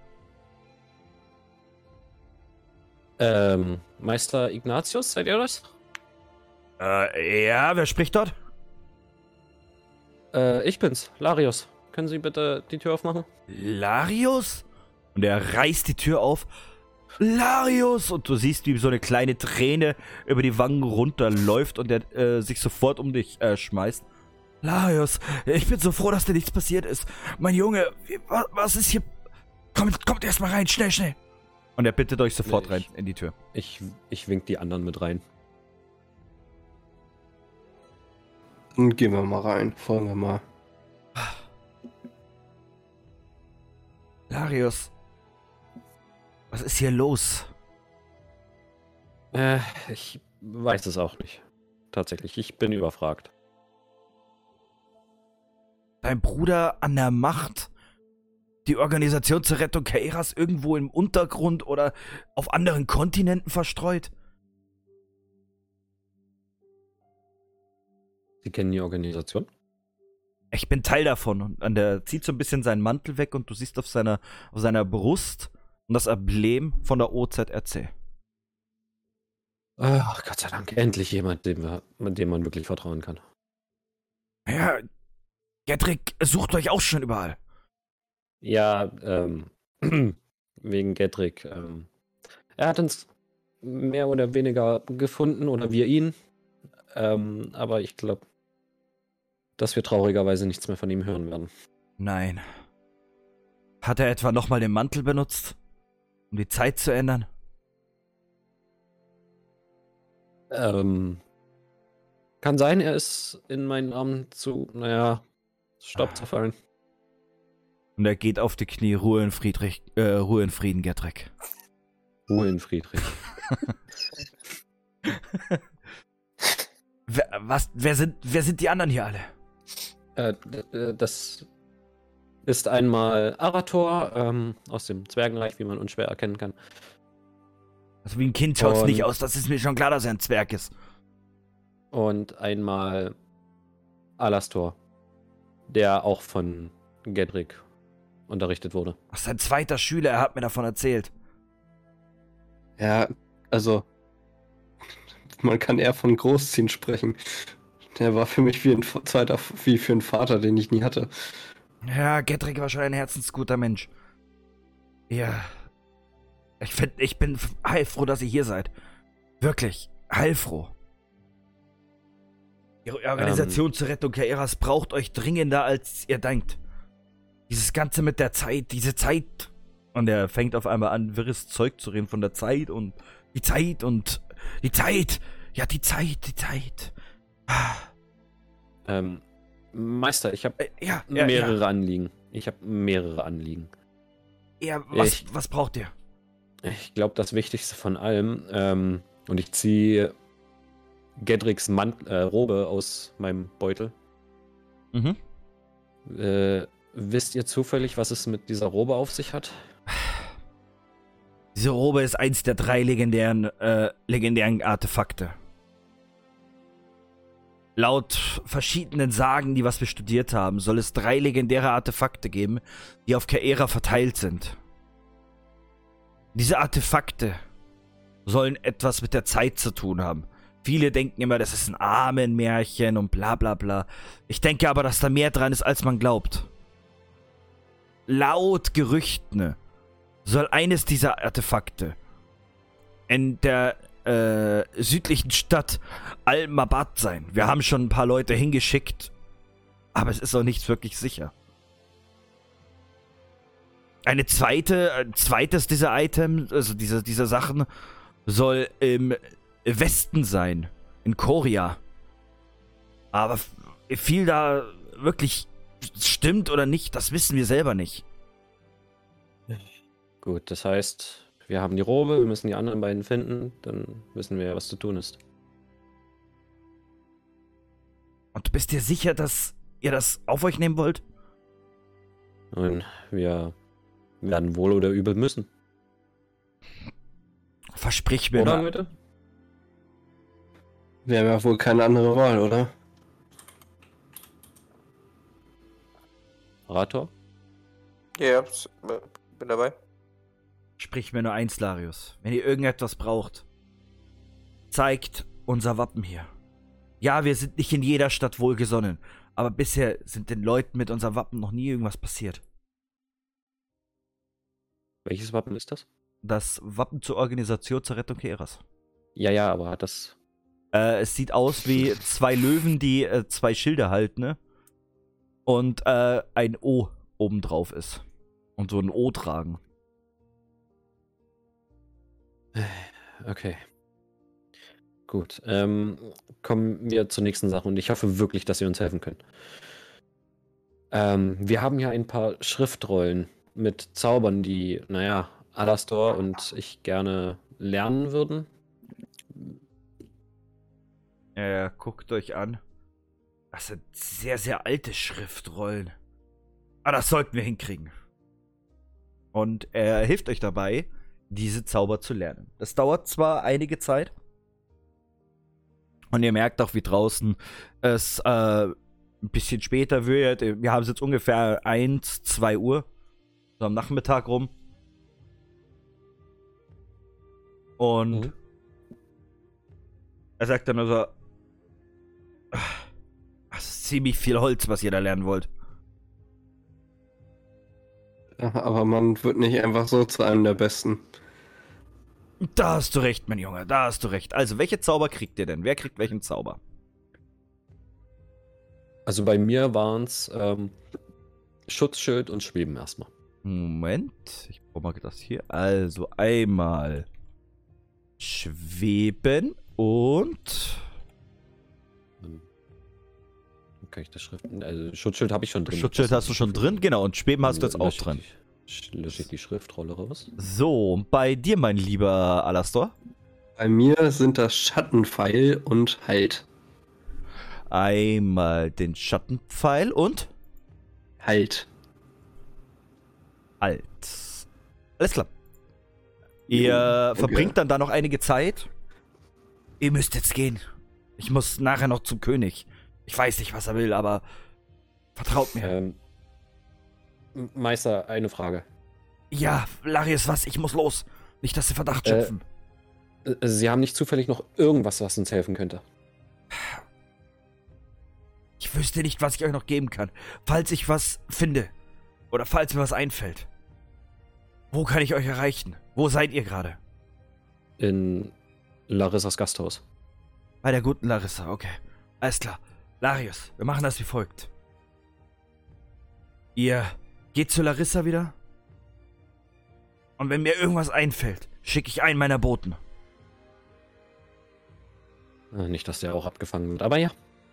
Meister Ignatius, seid ihr das? Ja, wer spricht dort? Ich bin's, Larios. Können Sie bitte die Tür aufmachen? Larius? Und er reißt die Tür auf. Larius! Und du siehst, wie so eine kleine Träne über die Wangen runterläuft und er sich sofort um dich schmeißt. Larius, ich bin so froh, dass dir nichts passiert ist. Mein Junge, was ist hier? Kommt erst mal rein, schnell. Und er bittet euch sofort rein in die Tür. Ich wink die anderen mit rein. Dann gehen wir mal rein, folgen wir mal. Larius, was ist hier los? Ich weiß es auch nicht. Tatsächlich, ich bin überfragt. Dein Bruder an der Macht? Die Organisation zur Rettung Kairas irgendwo im Untergrund oder auf anderen Kontinenten verstreut? Sie kennen die Organisation? Ich bin Teil davon. Und der zieht so ein bisschen seinen Mantel weg und du siehst auf seiner Brust das Emblem von der OZRC. Ach, Gott sei Dank. Endlich jemand, dem man wirklich vertrauen kann. Ja, Gedrick sucht euch auch schon überall. Ja, wegen Gedrick. Er hat uns mehr oder weniger gefunden oder wir ihn. Aber ich glaube, dass wir traurigerweise nichts mehr von ihm hören werden. Nein. Hat er etwa nochmal den Mantel benutzt, um die Zeit zu ändern? Kann sein, er ist in meinen Armen zu, Stopp zerfallen. Und er geht auf die Knie. Ruhe in Frieden, Gedrick. Ruhe in Friedrich. Wer sind die anderen hier alle? Das ist einmal Arator aus dem Zwergenreich, wie man unschwer erkennen kann. Also wie ein Kind schaut's Und- nicht aus, das ist mir schon klar, dass er ein Zwerg ist. Und einmal Alastor, der auch von Gedrick unterrichtet wurde. Das ist sein zweiter Schüler, er hat mir davon erzählt. Ja, also, man kann eher von Großziehen sprechen. Der war für mich wie wie für einen Vater, den ich nie hatte. Ja, Gedrick war schon ein herzensguter Mensch. Ja. Ich bin heilfroh, dass ihr hier seid. Wirklich, heilfroh. Die Organisation zur Rettung Kaeras braucht euch dringender, als ihr denkt. Dieses Ganze mit der Zeit, diese Zeit. Und er fängt auf einmal an, wirres Zeug zu reden von der Zeit und die Zeit und die Zeit. Ja, die Zeit. Meister, ich habe Ja, mehrere Anliegen. Ja, Ich- was braucht ihr? Ich glaube, das Wichtigste von allem, und ich ziehe Gedricks Robe aus meinem Beutel. Mhm. Wisst ihr zufällig, was es mit dieser Robe auf sich hat? Diese Robe ist eins der 3 legendären Artefakte. Laut verschiedenen Sagen, was wir studiert haben, soll es 3 legendäre Artefakte geben, die auf Kaera verteilt sind. Diese Artefakte sollen etwas mit der Zeit zu tun haben. Viele denken immer, das ist ein Amenmärchen und bla bla bla. Ich denke aber, dass da mehr dran ist, als man glaubt. Laut Gerüchten soll eines dieser Artefakte in der südlichen Stadt Al-Mabad sein. Wir haben schon ein paar Leute hingeschickt, aber es ist auch nichts wirklich sicher. Ein zweites dieser Items, also dieser Sachen, soll im Westen sein, in Korea. Aber viel da wirklich stimmt oder nicht, das wissen wir selber nicht. Gut, das heißt, wir haben die Robe, wir müssen die anderen beiden finden, dann wissen wir, was zu tun ist. Und du bist dir sicher, dass ihr das auf euch nehmen wollt? Und wir werden wohl oder übel müssen. Versprich mir Oder, nur. Leute? Wir haben ja wohl keine andere Wahl, oder? Arator? Ja, bin dabei. Sprich mir nur eins, Larius. Wenn ihr irgendetwas braucht, zeigt unser Wappen hier. Ja, wir sind nicht in jeder Stadt wohlgesonnen, aber bisher sind den Leuten mit unserem Wappen noch nie irgendwas passiert. Welches Wappen ist das? Das Wappen zur Organisation zur Rettung Kaeras. Ja, aber hat das... Es sieht aus wie 2 Löwen, die 2 Schilde halten, ne? Und ein O obendrauf ist. Und so ein O tragen. Okay. Gut, kommen wir zur nächsten Sache und ich hoffe wirklich, dass ihr uns helfen könnt. Wir haben hier ein paar Schriftrollen mit Zaubern, die, Alastor und ich gerne lernen würden. Guckt euch an. Das sind sehr, sehr alte Schriftrollen. Aber das sollten wir hinkriegen. Und er hilft euch dabei, diese Zauber zu lernen. Das dauert zwar einige Zeit. Und ihr merkt auch, wie draußen es ein bisschen später wird. Wir haben es jetzt ungefähr 1, 2 Uhr. So am Nachmittag rum. Und er sagt dann also, das ist ziemlich viel Holz, was ihr da lernen wollt. Aber man wird nicht einfach so zu einem der Besten. Da hast du recht, mein Junge, da hast du recht. Also, welche Zauber kriegt ihr denn? Wer kriegt welchen Zauber? Also bei mir waren es Schutzschild und Schweben erstmal. Moment, ich brauche mal das hier. Also, einmal Schweben und Kann ich das Schriften? Also Schutzschild habe ich schon drin. Schutzschild hast du schon drin, genau, und Schweben hast du jetzt auch drin. Lösche ich die Schriftrolle raus? So, und bei dir, mein lieber Alastor? Bei mir sind das Schattenpfeil und Halt. Einmal den Schattenpfeil und Halt. alt. Alles klar. Ihr Okay. verbringt dann da noch einige Zeit. Ihr müsst jetzt gehen. Ich muss nachher noch zum König. Ich weiß nicht, was er will, aber vertraut mir. Meister, eine Frage. Ja, Larius, was? Ich muss los. Nicht, dass sie Verdacht schöpfen. Sie haben nicht zufällig noch irgendwas, was uns helfen könnte? Ich wüsste nicht, was ich euch noch geben kann. Falls ich was finde. Oder falls mir was einfällt. Wo kann ich euch erreichen? Wo seid ihr gerade? In Larissas Gasthaus. Bei der guten Larissa, okay. Alles klar. Larius, wir machen das wie folgt. Ihr geht zu Larissa wieder. Und wenn mir irgendwas einfällt, schicke ich einen meiner Boten. Nicht, dass der auch abgefangen wird, aber ja.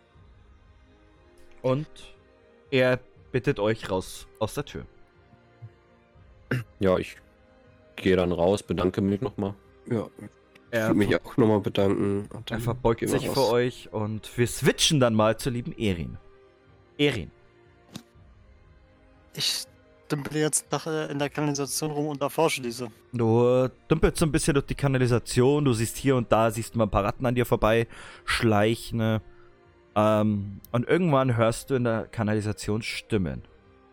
Und er bittet euch raus aus der Tür. Ja, ich gehe dann raus, bedanke mich nochmal. Ja, ich Er, würde mich auch nochmal bedanken. Und er dann verbeugt gehen wir sich raus. vor euch und wir switchen dann mal zur lieben Erin. Erin. Ich dümpel jetzt in der Kanalisation rum und erforsche diese. Du dümpelst so ein bisschen durch die Kanalisation, du siehst hier und da, siehst mal ein paar Ratten an dir vorbei schleichen. Und irgendwann hörst du in der Kanalisation Stimmen.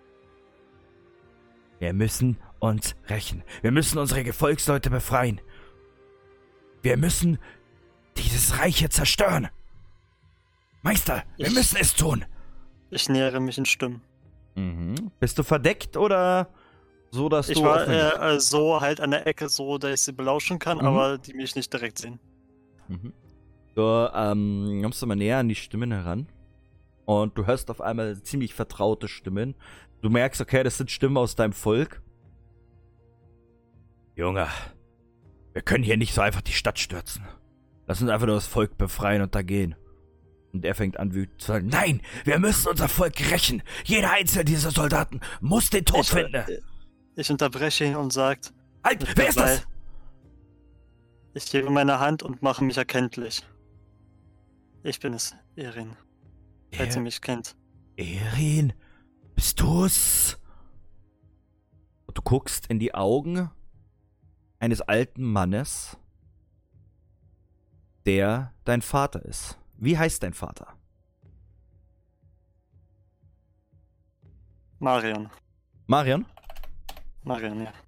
Wir müssen uns rächen. Wir müssen unsere Gefolgsleute befreien. Wir müssen dieses Reich hier zerstören. Meister, wir müssen es tun. Ich nähere mich in Stimmen. Mhm. Bist du verdeckt oder so, dass Ich du... war offen- so halt an der Ecke, so dass ich sie belauschen kann, Mhm. aber die mich nicht direkt sehen. Mhm. Du kommst mal näher an die Stimmen heran und du hörst auf einmal ziemlich vertraute Stimmen. Du merkst, okay, das sind Stimmen aus deinem Volk. Junge, wir können hier nicht so einfach die Stadt stürzen. Lass uns einfach nur das Volk befreien und da gehen. Und er fängt an wütend zu sagen, nein, wir müssen unser Volk rächen. Jeder einzelne dieser Soldaten muss den Tod finden. Ich unterbreche ihn und sagt, Halt, wer ist das? ich gebe meine Hand und mache mich erkenntlich. Ich bin es, Erin, falls ihr mich kennt. Erin, bist du's? Und du guckst in die Augen eines alten Mannes, der dein Vater ist. Wie heißt dein Vater? Marion. Marion? Marion, ja.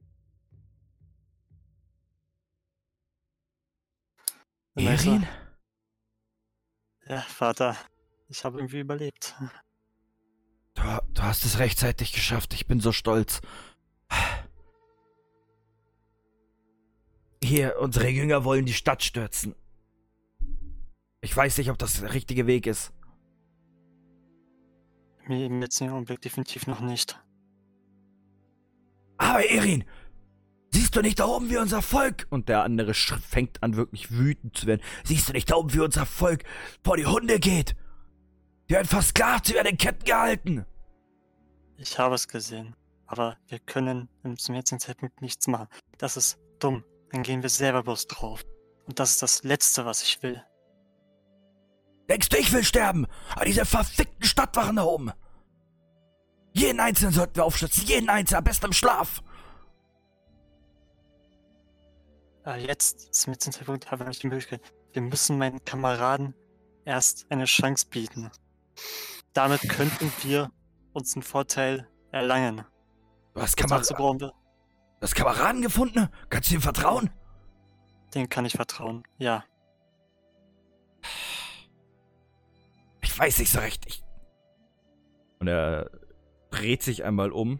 Erin? Ja, Vater, ich habe irgendwie überlebt. Du hast es rechtzeitig geschafft. Ich bin so stolz. Hier, unsere Jünger wollen die Stadt stürzen. Ich weiß nicht, ob das der richtige Weg ist. Mir im jetzigen Augenblick definitiv noch nicht. Aber Erin, siehst du nicht da oben, wie unser Volk... Und der andere fängt an, wirklich wütend zu werden. Siehst du nicht da oben, wie unser Volk vor die Hunde geht? Die werden versklavt, sie werden in Ketten gehalten. Ich habe es gesehen. Aber wir können zum jetzigen Zeitpunkt nichts machen. Das ist dumm. Dann gehen wir selber bloß drauf. Und das ist das Letzte, was ich will. Denkst du, ich will sterben? Aber diese verfickten Stadtwachen da oben. Jeden Einzelnen sollten wir aufschützen. Jeden Einzelnen, am besten im Schlaf. Jetzt, zum jetzigen Zeitpunkt, haben wir nicht die Möglichkeit. Wir müssen meinen Kameraden erst eine Chance bieten. Damit könnten wir uns einen Vorteil erlangen. Du hast Dazu brauchen wir, Kameraden gefunden? Kannst du ihm vertrauen? denen kann ich vertrauen. Ja. Ich weiß nicht so recht. Und er dreht sich einmal um.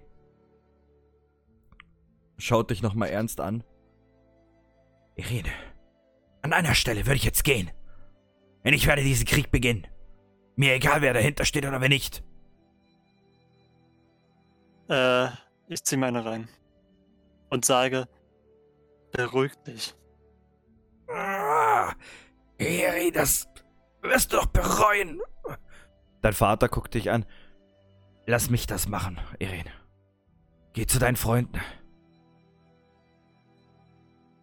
Schaut dich nochmal ernst an. Irene, an einer Stelle würde ich jetzt gehen. Denn ich werde diesen Krieg beginnen. Mir egal, wer dahinter steht oder wer nicht. Ich ziehe meine rein. Und sage, beruhig dich. Irene, das wirst du doch bereuen. Dein Vater guckt dich an. Lass mich das machen, Irene. Geh zu deinen Freunden.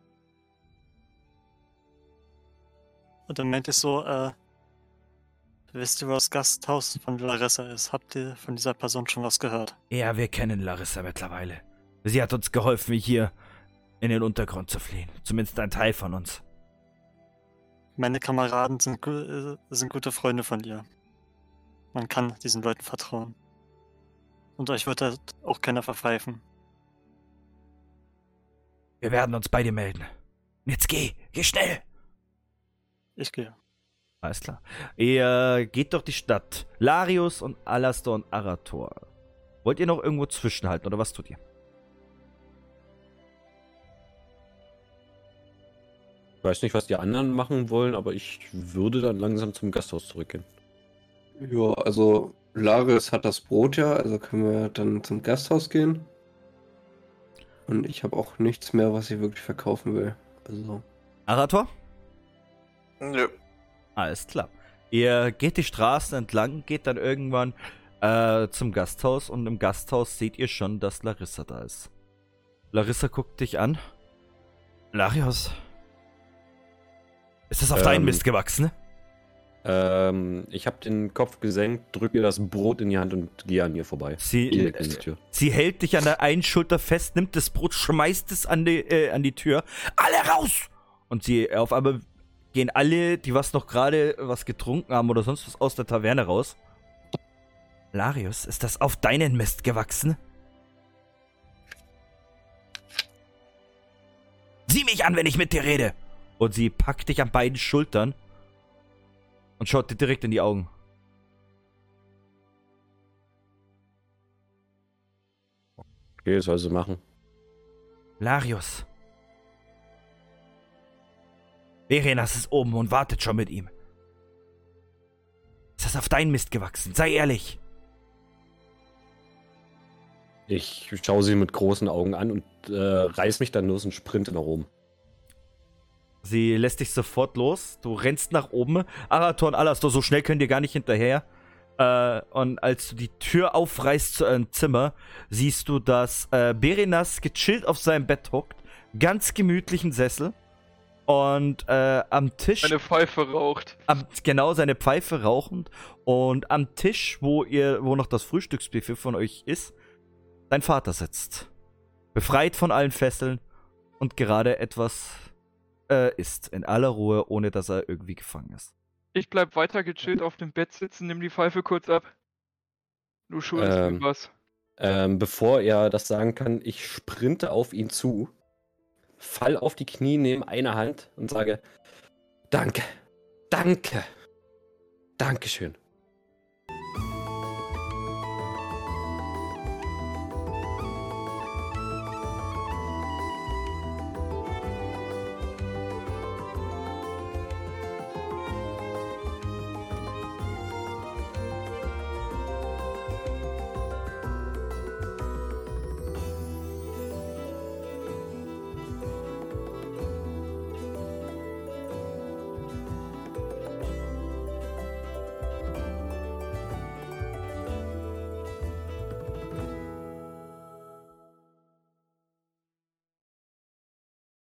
Und dann meinte ich so, Wisst ihr, wo das Gasthaus von Larissa ist? Habt ihr von dieser Person schon was gehört? Ja, wir kennen Larissa mittlerweile. Sie hat uns geholfen, hier in den Untergrund zu fliehen. Zumindest ein Teil von uns. Meine Kameraden sind gute Freunde von ihr. Man kann diesen Leuten vertrauen. Und euch wird halt auch keiner verpfeifen. Wir werden uns bei dir melden. Jetzt geh schnell! Ich gehe. Alles klar. Ihr geht durch die Stadt. Larius und Alastor und Arator. Wollt ihr noch irgendwo zwischenhalten oder was tut ihr? Ich weiß nicht, was die anderen machen wollen, aber ich würde dann langsam zum Gasthaus zurückgehen. Ja, also Laris hat das Brot ja, also können wir dann zum Gasthaus gehen. Und ich habe auch nichts mehr, was ich wirklich verkaufen will. Also. Arator? Nö. Alles klar. Ihr geht die Straßen entlang, geht dann irgendwann zum Gasthaus und im Gasthaus seht ihr schon, dass Larissa da ist. Larissa guckt dich an. Larius, ist das auf deinen Mist gewachsen? Ich habe den Kopf gesenkt, drücke ihr das Brot in die Hand und gehe an ihr vorbei. Direkt in die Tür. Sie hält dich an der einen Schulter fest, nimmt das Brot, schmeißt es an die Tür. Alle raus! Und sie auf einmal gehen alle, die noch gerade was getrunken haben oder sonst was, aus der Taverne raus. Larius, ist das auf deinen Mist gewachsen? Sieh mich an, wenn ich mit dir rede! Und sie packt dich an beiden Schultern und schaut dir direkt in die Augen. Okay, das soll sie machen. Larius. Verenas ist oben und wartet schon mit ihm. Ist das auf deinen Mist gewachsen? Sei ehrlich. Ich schaue sie mit großen Augen an und reiß mich dann los und sprinte nach oben. Sie lässt dich sofort los. Du rennst nach oben. Arator und Alastor, so schnell könnt ihr gar nicht hinterher. Und als du die Tür aufreißt zu eurem Zimmer, siehst du, dass Berenas gechillt auf seinem Bett hockt. Ganz gemütlichen Sessel. Und am Tisch... Eine Pfeife raucht. Genau, seine Pfeife rauchend. Und am Tisch, wo noch das Frühstücksbuffet von euch ist, dein Vater sitzt. Befreit von allen Fesseln und gerade etwas isst. In aller Ruhe, ohne dass er irgendwie gefangen ist. Ich bleib weiter gechillt auf dem Bett sitzen, nimm die Pfeife kurz ab. Du schuldest mir was. Bevor er das sagen kann, ich sprinte auf ihn zu, fall auf die Knie, nehme eine Hand und sage: Danke, danke, Dankeschön.